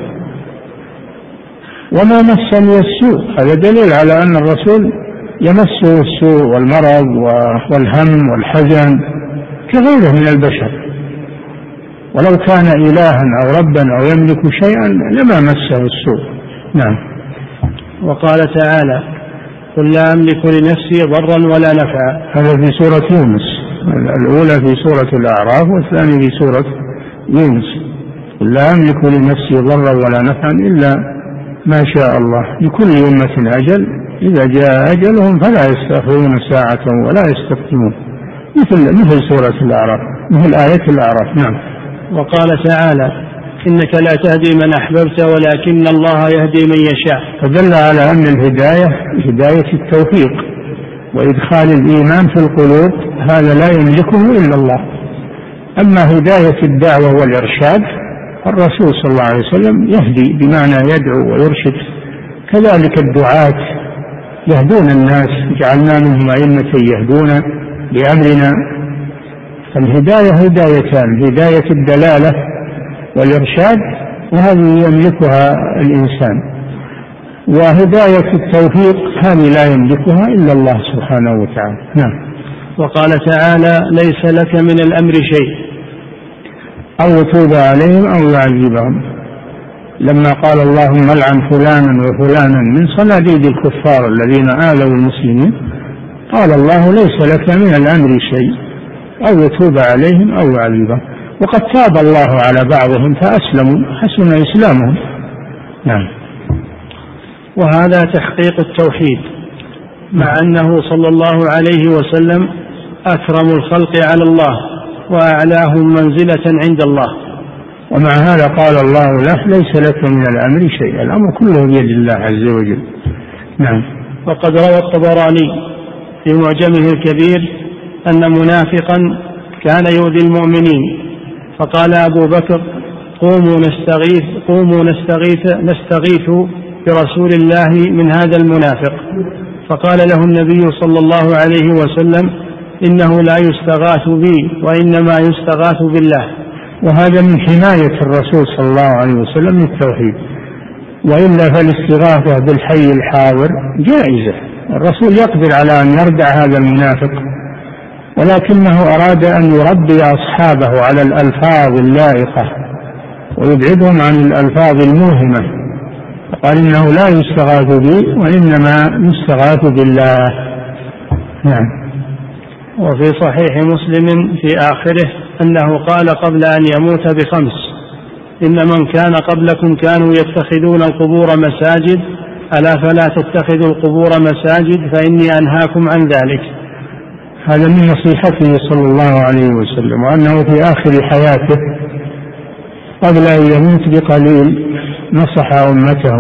وما مسني السوء هذا دليل على أن الرسول يمسه السوء والمرض والهم والحزن كغيره من البشر، ولو كان إلها أو ربا أو يملك شيئا لما مسه السوء. نعم.
وقال تعالى قل لا أملك لنفسي ضرا ولا نفعا.
هذا في سورة يونس، الأولى في سورة الأعراف والثانية في سورة يونس. قل لا أملك لنفسي ضرا ولا نفعا إلا ما شاء الله لكل أمة أجل إذا جاء أجلهم فلا يستأخرون ساعة ولا يستقدمون، مثل مثل سورة الأعراف، مثل آية الأعراف. نعم.
وقال تعالى إنك لا تهدي من أحببت ولكن الله يهدي من يشاء.
فدل على أن الهداية هداية التوفيق وإدخال الإيمان في القلوب، هذا لا يملكه إلا الله. أما هداية الدعوة والإرشاد الرسول صلى الله عليه وسلم يهدي بمعنى يدعو ويرشد، كذلك الدعاة يهدون الناس، جعلنا منهم أئمة يهدون بأمرنا. فالهداية هدايتان، هداية الدلالة والإرشاد وهذه يملكها الإنسان، وهداية التوفيق هذه لا يملكها إلا الله سبحانه وتعالى. نعم.
وقال تعالى ليس لك من الأمر شيء
أو يتوب عليهم أو يعذبهم. لما قال اللهم العن فلانا وفلانا من صناديد الكفار الذين آذوا المسلمين، قال الله ليس لك من الأمر شيء أو يتوب عليهم أو يعذبهم، وقد تاب الله على بعضهم فأسلموا حسن إسلامهم. نعم.
وهذا تحقيق التوحيد، مع أنه صلى الله عليه وسلم أكرم الخلق على الله وأعلاهم منزلة عند الله،
ومع هذا قال الله له ليس لك من الأمر شيء، الأمر كله بيد الله عز وجل. نعم.
وقد روى الطبراني في معجمه الكبير أن منافقا كان يؤذي المؤمنين، فقال أبو بكر قوموا نستغيث قوموا نستغيث نستغيث برسول الله من هذا المنافق، فقال له النبي صلى الله عليه وسلم إنه لا يستغاث بي وإنما يستغاث بالله.
وهذا من حماية الرسول صلى الله عليه وسلم للتوحيد، وإلا فالاستغاثة بالحي الحاضر جائزة، الرسول يقدر على أن يردع هذا المنافق، ولكنه أراد أن يربي أصحابه على الألفاظ اللائقة ويبعدهم عن الألفاظ الموهمة، فقال إنه لا يستغاث بي وإنما يستغاث بالله. نعم.
وفي صحيح مسلم في آخره أنه قال قبل أن يموت بخمس: إن من كان قبلكم كانوا يتخذون القبور مساجد، ألا فلا تتخذوا القبور مساجد فإني أنهاكم عن ذلك.
هذا من نصيحته صلى الله عليه وسلم، وأنه في آخر حياته قبل أن يموت بقليل نصح أمته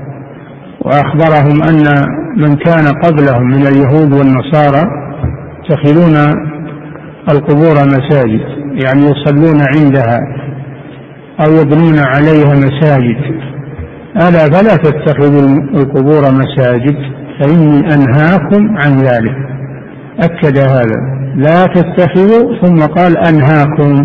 وأخبرهم أن من كان قبلهم من اليهود والنصارى يتخذون القبور مساجد، يعني يصلون عندها أو يبنون عليها مساجد، ألا فلا تتخذوا القبور مساجد فإني أنهاكم عن ذلك. أكد هذا، لا تتخذوا، ثم قال أنهاكم،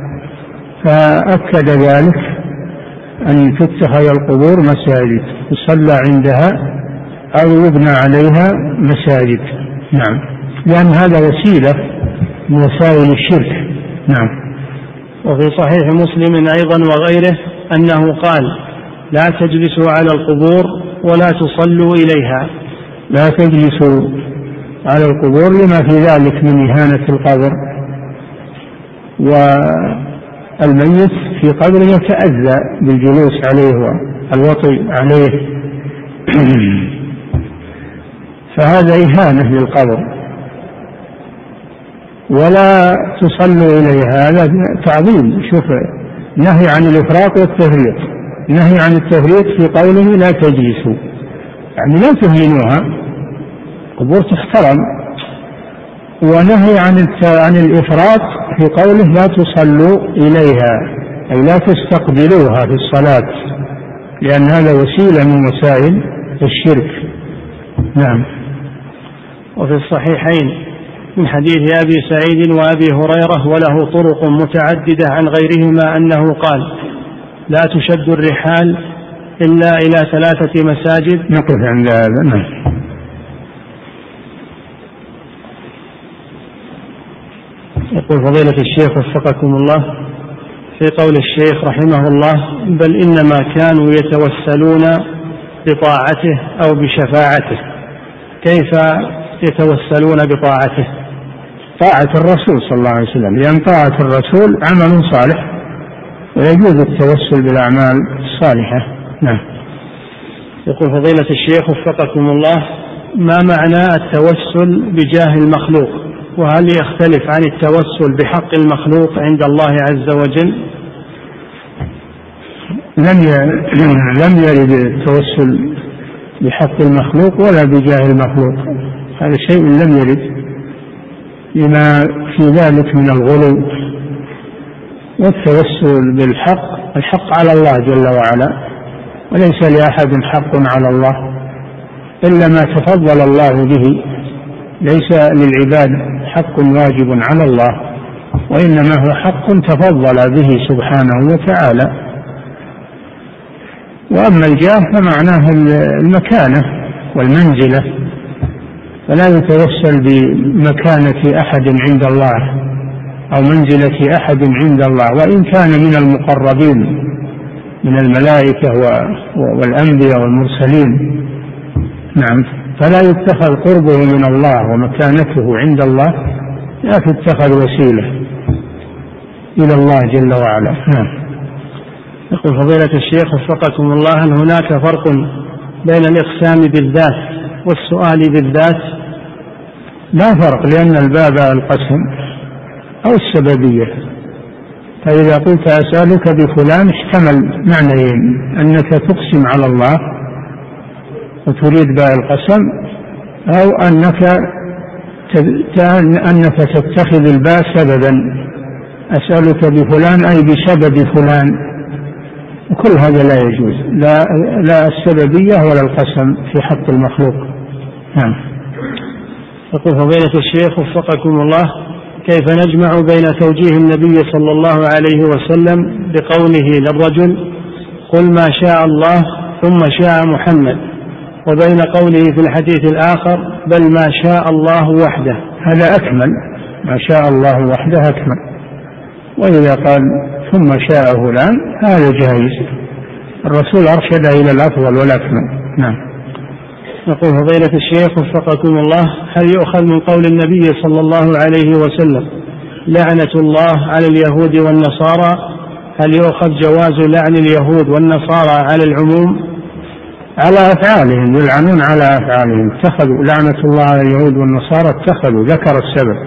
فأكد ذلك أن تتخذ القبور مساجد يصلى عندها أو يبنى عليها مساجد. نعم. لأن هذا وسيلة من وسائل الشرك. نعم.
وفي صحيح مسلم أيضا وغيره أنه قال لا تجلسوا على القبور ولا تصلوا إليها.
لا تجلسوا على القبور لما في ذلك من إهانة القبر، والميت في قبر يتأذى بالجلوس عليه والوطي عليه فهذا إهانة للقبر. ولا تصلوا إليها، هذا تعظيم. شوف، نهي عن الإفراط والتفريط، نهي عن التفريط في قوله لا تجلسوا، يعني لا تهينوها، قبور تحترم. ونهي عن عن الإفراط في قوله لا تصلوا إليها، أي لا تستقبلوها في الصلاة، لأن هذا وسيلة من وسائل الشرك. نعم.
وفي الصحيحين من حديث أبي سعيد وأبي هريرة وله طرق متعددة عن غيرهما أنه قال لا تشد الرحال إلا إلى ثلاثة مساجد.
نقف عند هذا. نعم.
يقول فضيلة الشيخ وفقكم الله في قول الشيخ رحمه الله بل إنما كانوا يتوسلون بطاعته أو بشفاعته، كيف يتوسلون بطاعته؟
طاعة الرسول صلى الله عليه وسلم، لأن طاعة الرسول عمل صالح ويجوز التوسل بالأعمال الصالحة. نعم.
يقول فضيلة الشيخ وفقكم الله ما معنى التوسل بجاه المخلوق، وهل يختلف عن التوسل بحق المخلوق عند الله عز وجل؟
لم لم يرد التوسل بحق المخلوق ولا بجاه المخلوق، هذا شيء لم يرد لما في ذلك من الغلو. والتوسل بالحق، الحق على الله جل وعلا، وليس لأحد حق على الله إلا ما تفضل الله به، ليس للعباد حق واجب على الله، وإنما هو حق تفضل به سبحانه وتعالى. وأما الجاه فمعناه المكانة والمنزلة، فلا يتوسل بمكانة أحد عند الله أو منزلة أحد عند الله، وإن كان من المقربين من الملائكة والأنبياء والمرسلين. نعم، فلا يتخذ قربه من الله ومكانته عند الله لا تتخذ وسيلة إلى الله جل وعلا. نعم.
يقول فضيلة الشيخ وفقكم الله، هل هناك فرق بين الإقسام بالذات والسؤال بالذات؟
لا فرق، لأن الباب القسم أو السببية، فإذا قلت أسألك بفلان احتمل معنيين، أنك تقسم على الله وتريد باء القسم، أو أنك أنك تتخذ الباء سببا، أسألك بفلان أي بسبب فلان، وكل هذا لا يجوز، لا, لا السببية ولا القسم في حق المخلوق. نعم.
يقول فضيلة الشيخ وفقكم الله، كيف نجمع بين توجيه النبي صلى الله عليه وسلم بقوله للرجل قل ما شاء الله ثم شاء محمد، وبين قوله في الحديث الآخر بل ما شاء الله وحده؟
هذا أكمل، ما شاء الله وحده أكمل، وإذا قال ثم شاء فلان هذا جائز، الرسول أرشد إلى الأفضل والأكمل. نعم.
يقول فضيلة الشيخ وفقكم الله، هل يؤخذ من قول النبي صلى الله عليه وسلم لعنة الله على اليهود والنصارى، هل يؤخذ جواز لعن اليهود والنصارى على العموم؟
على أفعالهم، يلعنون على أفعالهم، اتخذوا لعنة الله على اليهود والنصارى، اتخذوا، ذكر السبب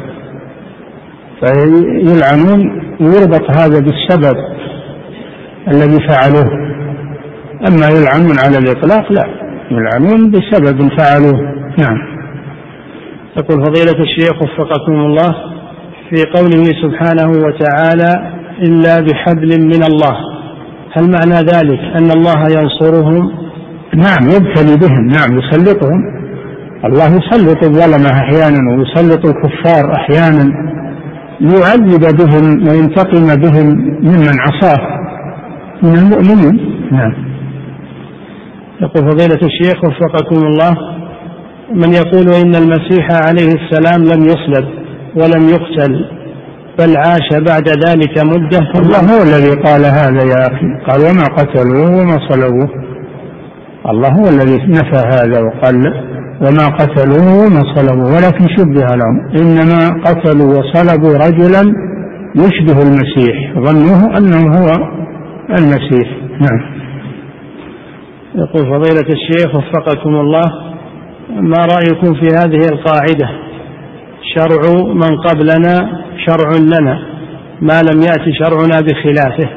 فيلعنون، يربط هذا بالسبب الذي فعلوه. أما يلعنون على الإطلاق لا، يلعنون بسبب فعلوه. نعم.
يقول فضيلة الشيخ وفقكم الله، في قوله سبحانه وتعالى إلا بحبل من الله، هل معنى ذلك أن الله ينصرهم؟
نعم، يبتلي بهم، نعم، يسلطهم، الله يسلط الظلمة أحيانا ويسلط الكفار أحيانا ليعذب بهم وينتقم بهم ممن عصاه من المؤمنين. نعم.
يقول فضيلة الشيخ وفقكم الله، من يقول إن المسيح عليه السلام لم يصلب ولم يقتل بل عاش بعد ذلك مدة؟
الله هو الذي قال هذا يا أخي، قال وما قتلوه وما صلبوه، الله هو الذي نفى هذا وقال وما قتلوه وما صلبوه ولكن شبه لهم، إنما قتلوا وصلبوا رجلا يشبه المسيح، ظنوه أنه هو المسيح. نعم.
يقول فضيلة الشيخ وفقكم الله، ما رأيكم في هذه القاعدة شرع من قبلنا شرع لنا ما لم يأتي شرعنا بخلافه؟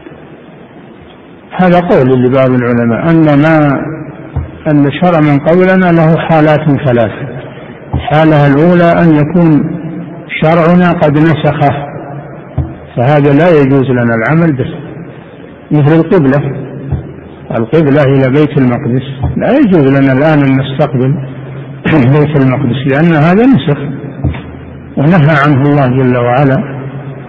هذا قول لبعض العلماء أن ما أن شرع من قبلنا له حالات ثلاثة. الحالة الأولى أن يكون شرعنا قد نسخه، فهذا لا يجوز لنا العمل به، مثل القبلة القبلة إلى بيت المقدس، لا يجوز لنا الآن أن نستقبل بيت المقدس لأن هذا نسخ ونهى عنه الله جل وعلا.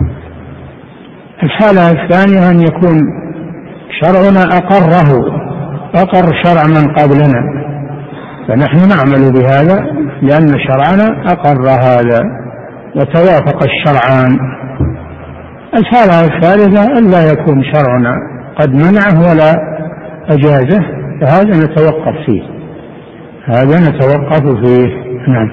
الحالة الثانية أن يكون شرعنا أقره، أقر شرع من قبلنا، فنحن نعمل بهذا لأن شرعنا أقر هذا وتوافق الشرعان. الحالة الثالثة أن لا يكون شرعنا قد منعه ولا أجازه، فهذا نتوقف فيه، هذا نتوقف فيه. نعم.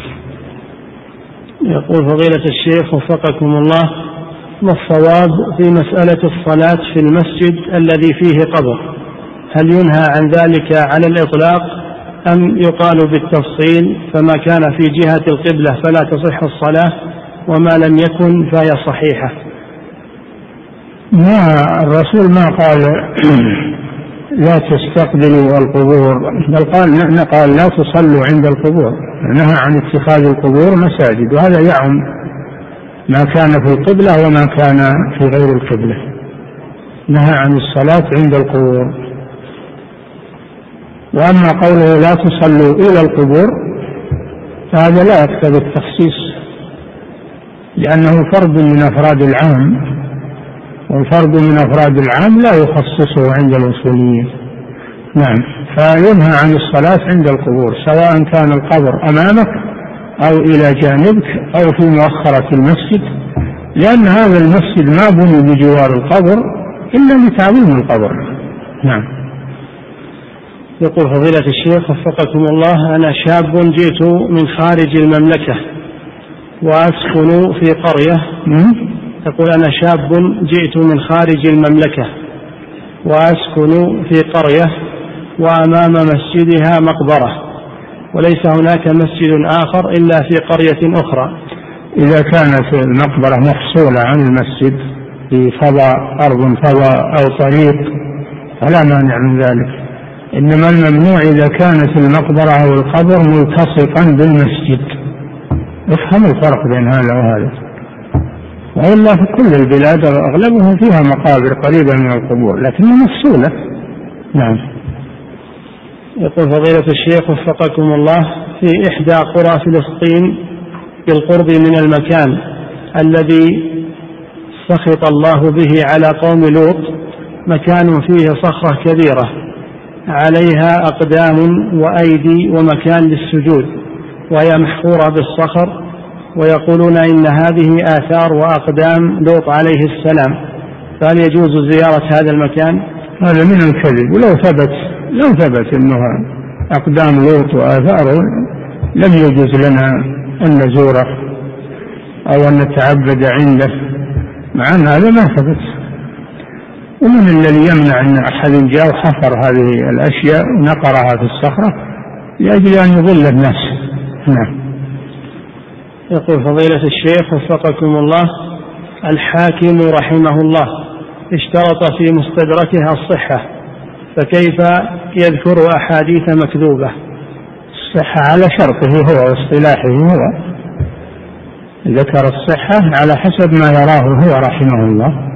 يقول فضيلة الشيخ وفقكم الله، ما الصواب في مسألة الصلاة في المسجد الذي فيه قبر؟ هل ينهى عن ذلك على الإطلاق أم يقال بالتفصيل، فما كان في جهة القبلة فلا تصح الصلاة وما لم يكن فهي صحيحة؟
ما الرسول ما قال لا تستقبلوا القبور، بل قال قال لا تصلوا عند القبور، نهى عن اتخاذ القبور مساجد، وهذا يعم ما كان في القبلة وما كان في غير القبلة. نهى عن الصلاة عند القبور. وأما قوله لا تصلوا إلى القبور فهذا لا يقتضي التخصيص، لأنه فرد من أفراد العام، والفرد من أفراد العام لا يخصصه عند الأصوليين. نعم. فينهى عن الصلاة عند القبور، سواء كان القبر أمامك أو إلى جانبك أو في مؤخرة المسجد، لأن هذا المسجد ما بني بجوار القبر إلا لتعظيم القبر. نعم.
يقول فضيلة الشيخ وفقكم الله: أنا شاب جئت من خارج المملكة وأسكن في قرية. يقول أنا شاب جئت من خارج المملكة وأسكن في قرية وأمام مسجدها مقبرة، وليس هناك مسجد آخر إلا في قرية أخرى.
إذا كانت المقبرة مفصولة عن المسجد بفضاء، أرض فضاء أو طريق، فلا مانع من ذلك. إنما الممنوع إذا كانت المقبرة أو القبر ملتصقا بالمسجد. افهم الفرق بين هذا وهذا. وإلا في كل البلاد أغلبهم فيها مقابر قريبة من القبور لكنها مفصولة. نعم.
يقول فضيلة الشيخ وفقكم الله: في إحدى قرى فلسطين بالقرب من المكان الذي سخط الله به على قوم لوط مكان فيه صخرة كبيرة عليها أقدام وأيدي ومكان للسجود، وهي محفورة بالصخر، ويقولون إن هذه آثار وأقدام لوط عليه السلام، فهل يجوز زيارة هذا المكان؟
هذا من الكذب. ولو ثبت لو ثبت أنه أقدام لوط وآثاره لم يجوز لنا أن نزوره أو أن نتعبد عنده، مع أن هذا ما ثبت. ومن الذي يمنع أن أحد جاء وحفر هذه الأشياء ونقرها في الصخرة لأجل أن يضل الناس؟ نعم.
يقول فضيلة الشيخ وفقكم الله: الحاكم رحمه الله اشترط في مستدركها الصحة، فكيف يذكر أحاديث مكذوبة؟
الصحة على شرطه هو واصطلاحه هو، ذكر الصحة على حسب ما يراه هو رحمه الله،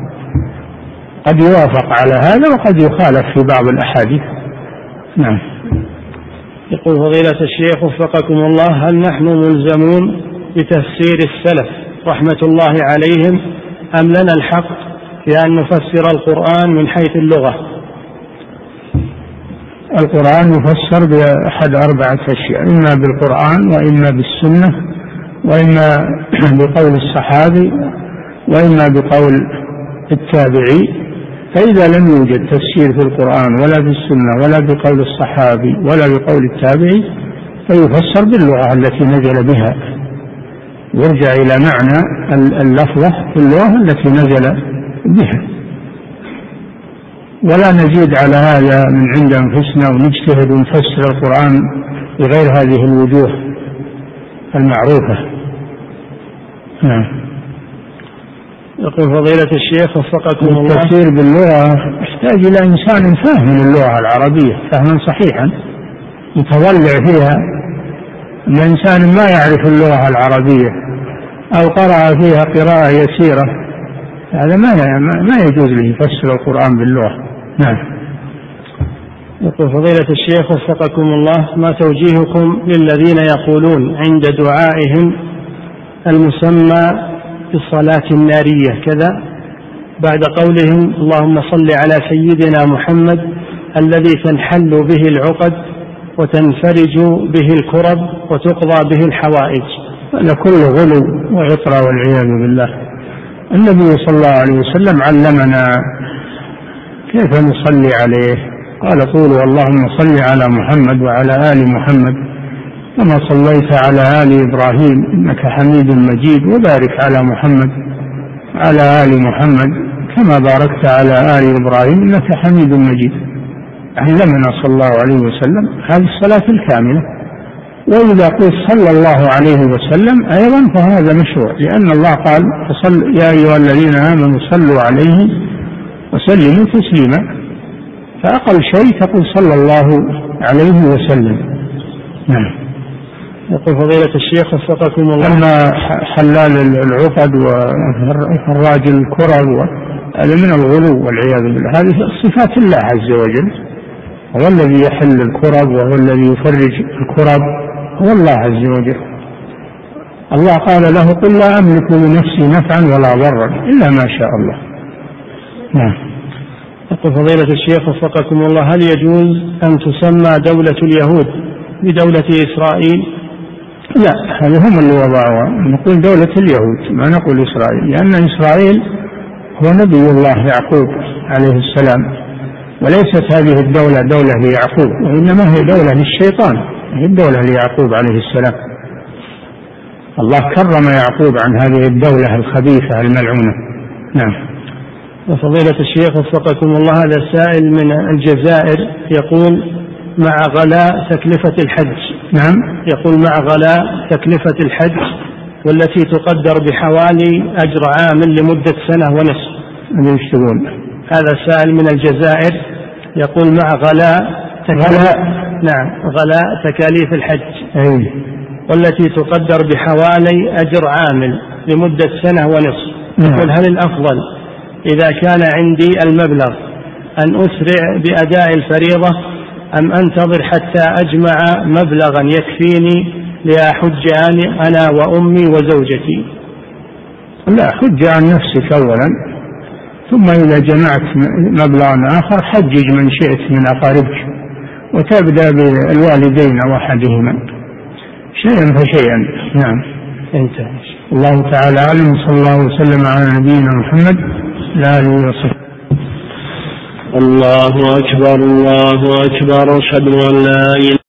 قد يوافق على هذا وقد يخالف في بعض الأحاديث. نعم.
يقول فضيلة الشيخ وفقكم الله: هل نحن ملزمون بتفسير السلف رحمة الله عليهم أم لنا الحق في أن نفسر القرآن من حيث اللغة؟
القرآن يفسر بأحد أربعة أشياء: إما بالقرآن، وإما بالسنة، وإما بقول الصحابي، وإما بقول التابعي. فإذا لم يوجد تفسير في القرآن ولا في السنة ولا بقول الصحابي ولا بقول التابعي فيفسر باللغة التي نزل بها، يرجع إلى معنى اللفظة في اللغة التي نزل بها، ولا نزيد على هذا من عند أنفسنا ونجتهد ونفسر القرآن بغير هذه الوجوه المعروفة. نعم.
يقول فضيلة الشيخ وفقكم الله:
التفسير باللغة يحتاج إلى إنسان فاهم اللغة العربية فهما صحيحا يتضلع فيها. الإنسان ما يعرف اللغة العربية أو قرأ فيها قراءة يسيرة هذا ما ما يجوز له يفسر القرآن باللغة. نعم.
يقول فضيلة الشيخ وفقكم الله: ما توجيهكم للذين يقولون عند دعائهم المسمى بالصلاة النارية كذا بعد قولهم اللهم صل على سيدنا محمد الذي تنحل به العقد وتنفرج به الكرب وتقضى به الحوائج؟
هذا كله غلو وعطرة والعياذ بالله. النبي صلى الله عليه وسلم علمنا كيف نصلي عليه، قال قولوا اللهم صل على محمد وعلى آل محمد كما صليت على آل إبراهيم إنك حميد مجيد، وبارك على محمد وعلى آل محمد كما باركت على آل إبراهيم إنك حميد مجيد. علمنا صلى الله عليه وسلم هذه الصلاة الكاملة. وإذا قلت صلى الله عليه وسلم أيضا فهذا مشروع، لأن الله قال يا أيها الذين آمنوا صلوا عليه وسلموا تسليما، فأقل شيء تقول صلى الله عليه وسلم. نعم.
يقول فضيلة الشيخ وفقكم الله،
أما حلال العقد وراج الكرب هذا من الغلو والعياذ بالله، هذه صفات الله عز وجل، هو الذي يحل الكرب وهو الذي يفرج الكرب، هو الله عز وجل. الله قال له قل لا أملك لنفسي نفعا ولا ضرا إلا ما شاء الله. نعم.
يقول فضيلة الشيخ وفقكم الله، هل يجوز أن تسمى دولة اليهود بدولة إسرائيل؟
لا، هذا هم اللي وضعوها، نقول دولة اليهود ما نقول إسرائيل، لأن إسرائيل هو نبي الله يعقوب عليه السلام، وليست هذه الدولة دولة ليعقوب، وإنما هي دولة للشيطان، هي الدولة ليعقوب عليه السلام. الله كرم يعقوب عن هذه الدولة الخبيثة الملعونة. نعم.
وفضيلة الشيخ وفقكم الله، هذا سائل من الجزائر يقول مع غلاء تكلفة الحج،
نعم،
يقول مع غلاء تكلفة الحج والتي تقدر بحوالي أجر عامل لمدة سنة ونصف، هذا سائل من الجزائر يقول مع غلاء
غلاء
نعم غلاء تكاليف الحج
أي.
والتي تقدر بحوالي أجر عامل لمدة سنة ونصف،
نعم.
يقول هل الأفضل إذا كان عندي المبلغ أن أسرع بأداء الفريضة أم أنتظر حتى أجمع مبلغا يكفيني لأحج أنا وأمي وزوجتي؟
لا، حج عن نفسك أولا، ثم إذا جمعت مبلغا آخر حجج من شئت من أقاربك، وتبدأ بالوالدين أو أحدهما شيئا فشيئا. نعم.
انتهى.
الله تعالى أعلم، صلى الله وسلم على نبينا محمد لا آله وصحبه.
الله أكبر الله أكبر، أشهد أن لا إله